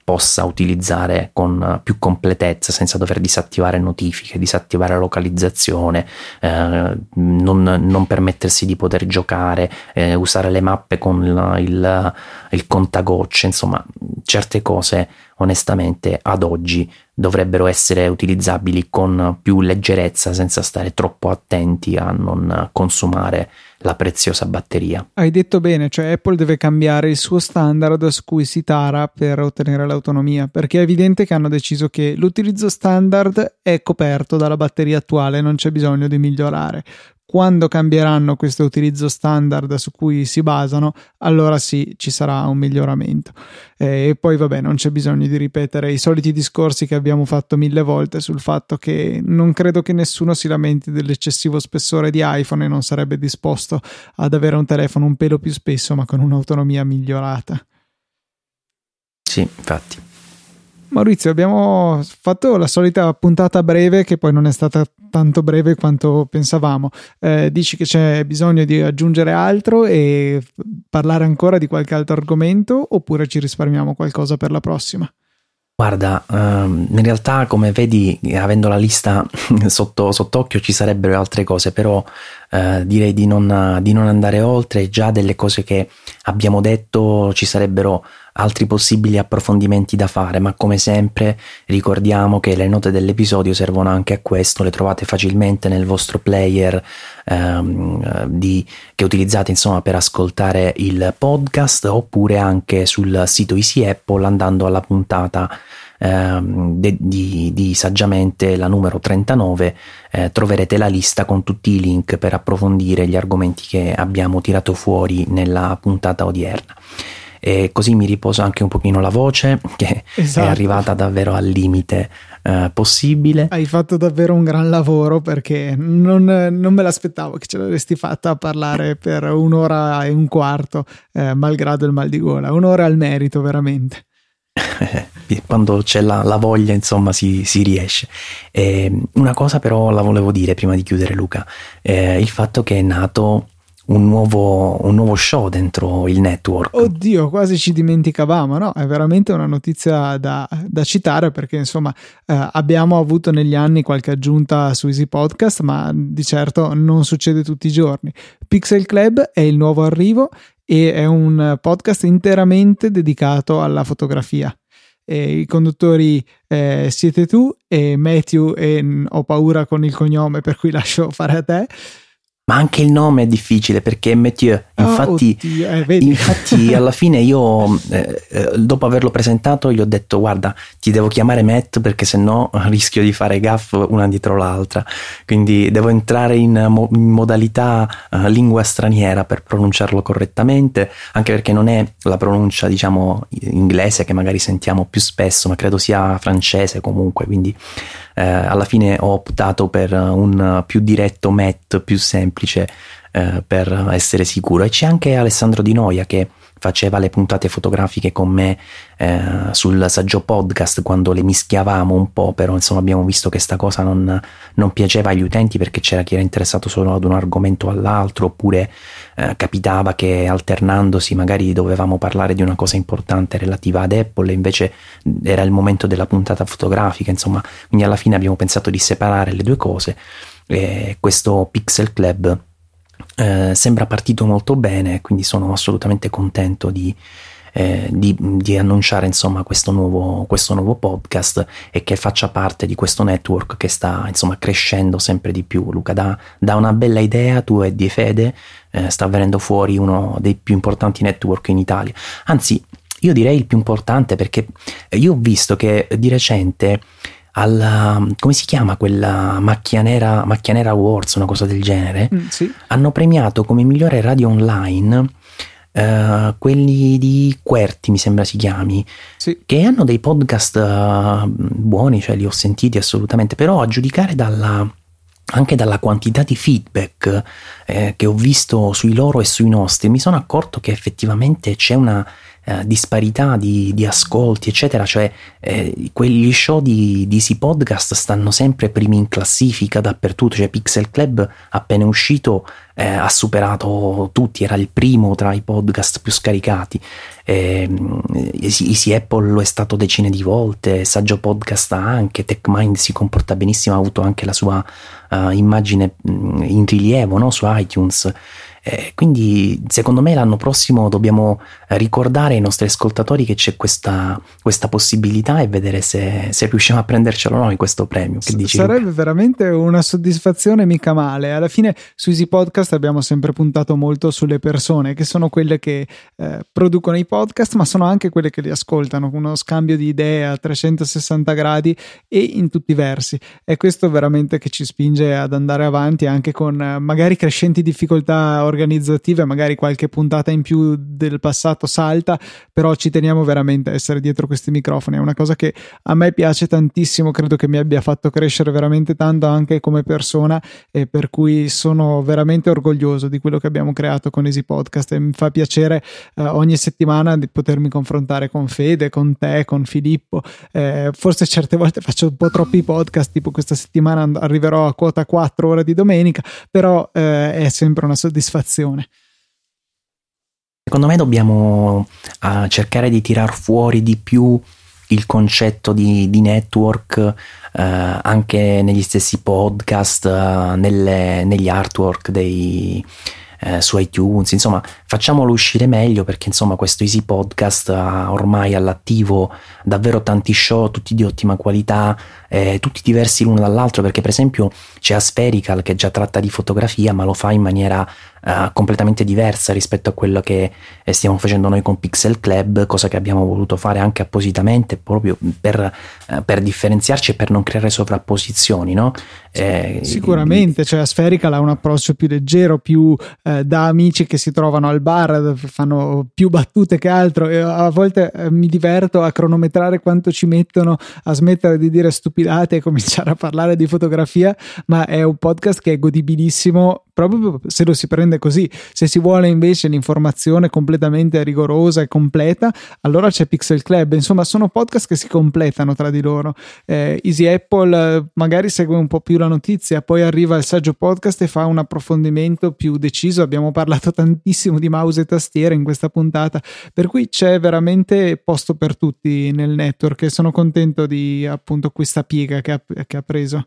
possa utilizzare con più completezza senza dover disattivare notifiche, disattivare localizzazione, non permettersi di poter giocare, usare le mappe con il contagocce, insomma certe cose onestamente ad oggi dovrebbero essere utilizzabili con più leggerezza senza stare troppo attenti a non consumare la preziosa batteria. Hai detto bene, cioè Apple deve cambiare il suo standard su cui si tara per ottenere l'autonomia, perché è evidente che hanno deciso che l'utilizzo standard è coperto dalla batteria attuale, non c'è bisogno di migliorare. Quando cambieranno questo utilizzo standard su cui si basano, allora sì, ci sarà un miglioramento. E poi vabbè, non c'è bisogno di ripetere i soliti discorsi che abbiamo fatto 1000 volte sul fatto che non credo che nessuno si lamenti dell'eccessivo spessore di iPhone e non sarebbe disposto ad avere un telefono un pelo più spesso ma con un'autonomia migliorata. Sì, infatti. Maurizio, abbiamo fatto la solita puntata breve che poi non è stata tanto breve quanto pensavamo. Dici che c'è bisogno di aggiungere altro e parlare ancora di qualche altro argomento oppure ci risparmiamo qualcosa per la prossima? Guarda, in realtà come vedi, avendo la lista sott'occhio ci sarebbero altre cose, però direi di non andare oltre. Già delle cose che abbiamo detto, ci sarebbero altri possibili approfondimenti da fare, ma come sempre ricordiamo che le note dell'episodio servono anche a questo, le trovate facilmente nel vostro player che utilizzate insomma per ascoltare il podcast, oppure anche sul sito Easy Apple andando alla puntata di Saggiamente, la numero 39, troverete la lista con tutti i link per approfondire gli argomenti che abbiamo tirato fuori nella puntata odierna. E così mi riposo anche un pochino la voce, che esatto, è arrivata davvero al limite possibile. Hai fatto davvero un gran lavoro, perché non me l'aspettavo che ce l'avresti fatta a parlare per 1 ora e un quarto, malgrado il mal di gola. 1 ora al merito, veramente. Quando c'è la voglia, insomma, si riesce. Una cosa però la volevo dire prima di chiudere, Luca, il fatto che è nato un nuovo show dentro il network. Oddio, quasi ci dimenticavamo, no? È veramente una notizia da citare, perché insomma abbiamo avuto negli anni qualche aggiunta su Easy Podcast, ma di certo non succede tutti i giorni. Pixel Club è il nuovo arrivo e è un podcast interamente dedicato alla fotografia. I conduttori siete tu e Matthew, e ho paura con il cognome per cui lascio fare a te. Ma anche il nome è difficile, perché Mathieu, infatti, infatti alla fine io dopo averlo presentato gli ho detto: guarda, ti devo chiamare Matt perché sennò rischio di fare gaff una dietro l'altra, quindi devo entrare in modalità lingua straniera per pronunciarlo correttamente, anche perché non è la pronuncia diciamo inglese che magari sentiamo più spesso, ma credo sia francese comunque, quindi alla fine ho optato per un più diretto Matt, più semplice, per essere sicuro. E c'è anche Alessandro Di Noia che faceva le puntate fotografiche con me sul Saggio Podcast, quando le mischiavamo un po', però insomma abbiamo visto che sta cosa non piaceva agli utenti, perché c'era chi era interessato solo ad un argomento o all'altro, oppure capitava che alternandosi magari dovevamo parlare di una cosa importante relativa ad Apple e invece era il momento della puntata fotografica, insomma, quindi alla fine abbiamo pensato di separare le due cose. Questo Pixel Club sembra partito molto bene, quindi sono assolutamente contento di annunciare insomma questo nuovo podcast, e che faccia parte di questo network che sta insomma crescendo sempre di più. Luca, da una bella idea, tu e di Fede, sta venendo fuori uno dei più importanti network in Italia, anzi io direi il più importante, perché io ho visto che di recente come si chiama quella Macchia Nera Awards, una cosa del genere, sì, hanno premiato come migliore radio online quelli di Querti, mi sembra si chiami, sì, che hanno dei podcast buoni, cioè li ho sentiti assolutamente, però a giudicare anche dalla quantità di feedback che ho visto sui loro e sui nostri, mi sono accorto che effettivamente c'è una disparità di ascolti, eccetera, cioè quegli show di Easy Podcast stanno sempre primi in classifica dappertutto, cioè Pixel Club appena uscito ha superato tutti, era il primo tra i podcast più scaricati. Easy Apple lo è stato decine di volte, Saggio Podcast anche, TechMind si comporta benissimo, ha avuto anche la sua immagine in rilievo, no? Su iTunes. Quindi secondo me l'anno prossimo dobbiamo ricordare ai nostri ascoltatori che c'è questa possibilità e vedere se riusciamo a prendercelo noi questo premio. Che dici, sarebbe Luca? veramente una soddisfazione mica male. Alla fine su Easy Podcast abbiamo sempre puntato molto sulle persone, che sono quelle che producono i podcast, ma sono anche quelle che li ascoltano, con uno scambio di idee a 360 gradi e in tutti i versi. È questo veramente che ci spinge ad andare avanti, anche con magari crescenti difficoltà organizzative, magari qualche puntata in più del passato salta, però ci teniamo veramente a essere dietro questi microfoni. È una cosa che a me piace tantissimo, credo che mi abbia fatto crescere veramente tanto anche come persona, e per cui sono veramente orgoglioso di quello che abbiamo creato con Easy Podcast, e mi fa piacere ogni settimana di potermi confrontare con Fede, con te, con Filippo. Forse certe volte faccio un po' troppi podcast, tipo questa settimana arriverò a quota 4 ore di domenica, però è sempre una soddisfazione. Secondo me dobbiamo cercare di tirar fuori di più il concetto di network anche negli stessi podcast, negli artwork su iTunes, insomma facciamolo uscire meglio, perché insomma questo Easy Podcast ha ormai all'attivo davvero tanti show, tutti di ottima qualità, tutti diversi l'uno dall'altro, perché per esempio c'è Aspherical che già tratta di fotografia, ma lo fa in maniera completamente diversa rispetto a quello che stiamo facendo noi con Pixel Club, cosa che abbiamo voluto fare anche appositamente proprio per differenziarci e per non creare sovrapposizioni, no? Sicuramente, cioè Aspherical ha un approccio più leggero, più da amici che si trovano al bar, fanno più battute che altro, e a volte mi diverto a cronometrare quanto ci mettono a smettere di dire stupidate e cominciare a parlare di fotografia, ma è un podcast che è godibilissimo proprio se lo si prende così. Se si vuole invece l'informazione completamente rigorosa e completa, allora c'è Pixel Club. Insomma, sono podcast che si completano tra di loro. Easy Apple magari segue un po' più la notizia, poi arriva il Saggio Podcast e fa un approfondimento più deciso. Abbiamo parlato tantissimo di mouse e tastiere in questa puntata, per cui c'è veramente posto per tutti nel network, e sono contento di appunto questa piega che ha preso.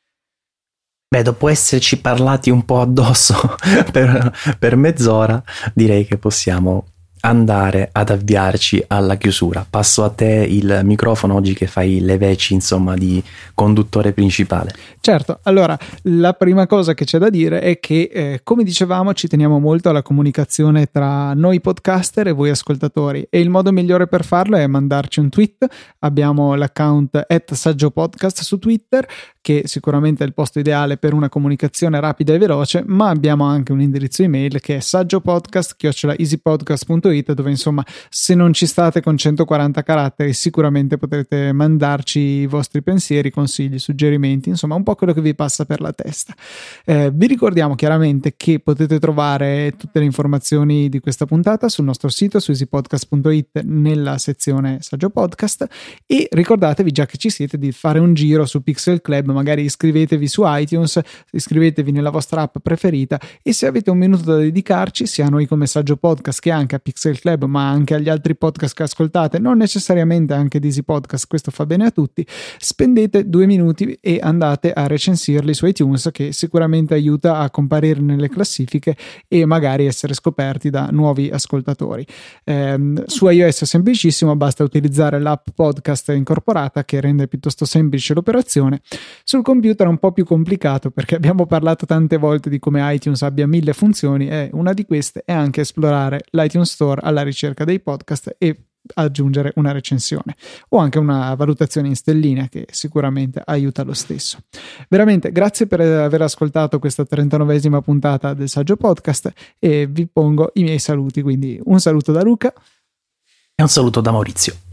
Beh, dopo esserci parlati un po' addosso per mezz'ora, direi che possiamo andare ad avviarci alla chiusura. Passo a te il microfono oggi che fai le veci, insomma, di conduttore principale. Certo, allora la prima cosa che c'è da dire è che come dicevamo ci teniamo molto alla comunicazione tra noi podcaster e voi ascoltatori, e il modo migliore per farlo è mandarci un tweet. Abbiamo l'account @saggiopodcast su Twitter, che sicuramente è il posto ideale per una comunicazione rapida e veloce, ma abbiamo anche un indirizzo email che è saggiopodcast@easypodcast.it, dove insomma se non ci state con 140 caratteri sicuramente potrete mandarci i vostri pensieri, consigli, suggerimenti, insomma un po' quello che vi passa per la testa. Vi ricordiamo chiaramente che potete trovare tutte le informazioni di questa puntata sul nostro sito, su easypodcast.it, nella sezione Saggio Podcast, e ricordatevi, già che ci siete, di fare un giro su Pixel Club. Magari iscrivetevi su iTunes, iscrivetevi nella vostra app preferita, e se avete un minuto da dedicarci sia a noi come Saggio Podcast che anche a Pixel Club, ma anche agli altri podcast che ascoltate, non necessariamente anche di Easy Podcast, questo fa bene a tutti, spendete 2 minuti e andate a recensirli su iTunes, che sicuramente aiuta a comparire nelle classifiche e magari essere scoperti da nuovi ascoltatori. Su iOS è semplicissimo, basta utilizzare l'app podcast incorporata, che rende piuttosto semplice l'operazione. Sul computer è un po' più complicato, perché abbiamo parlato tante volte di come iTunes abbia 1000 funzioni, e una di queste è anche esplorare l'iTunes Store alla ricerca dei podcast e aggiungere una recensione o anche una valutazione in stelline, che sicuramente aiuta lo stesso. Veramente grazie per aver ascoltato questa 39esima puntata del Saggio Podcast, e vi pongo i miei saluti. Quindi un saluto da Luca E un saluto da Maurizio.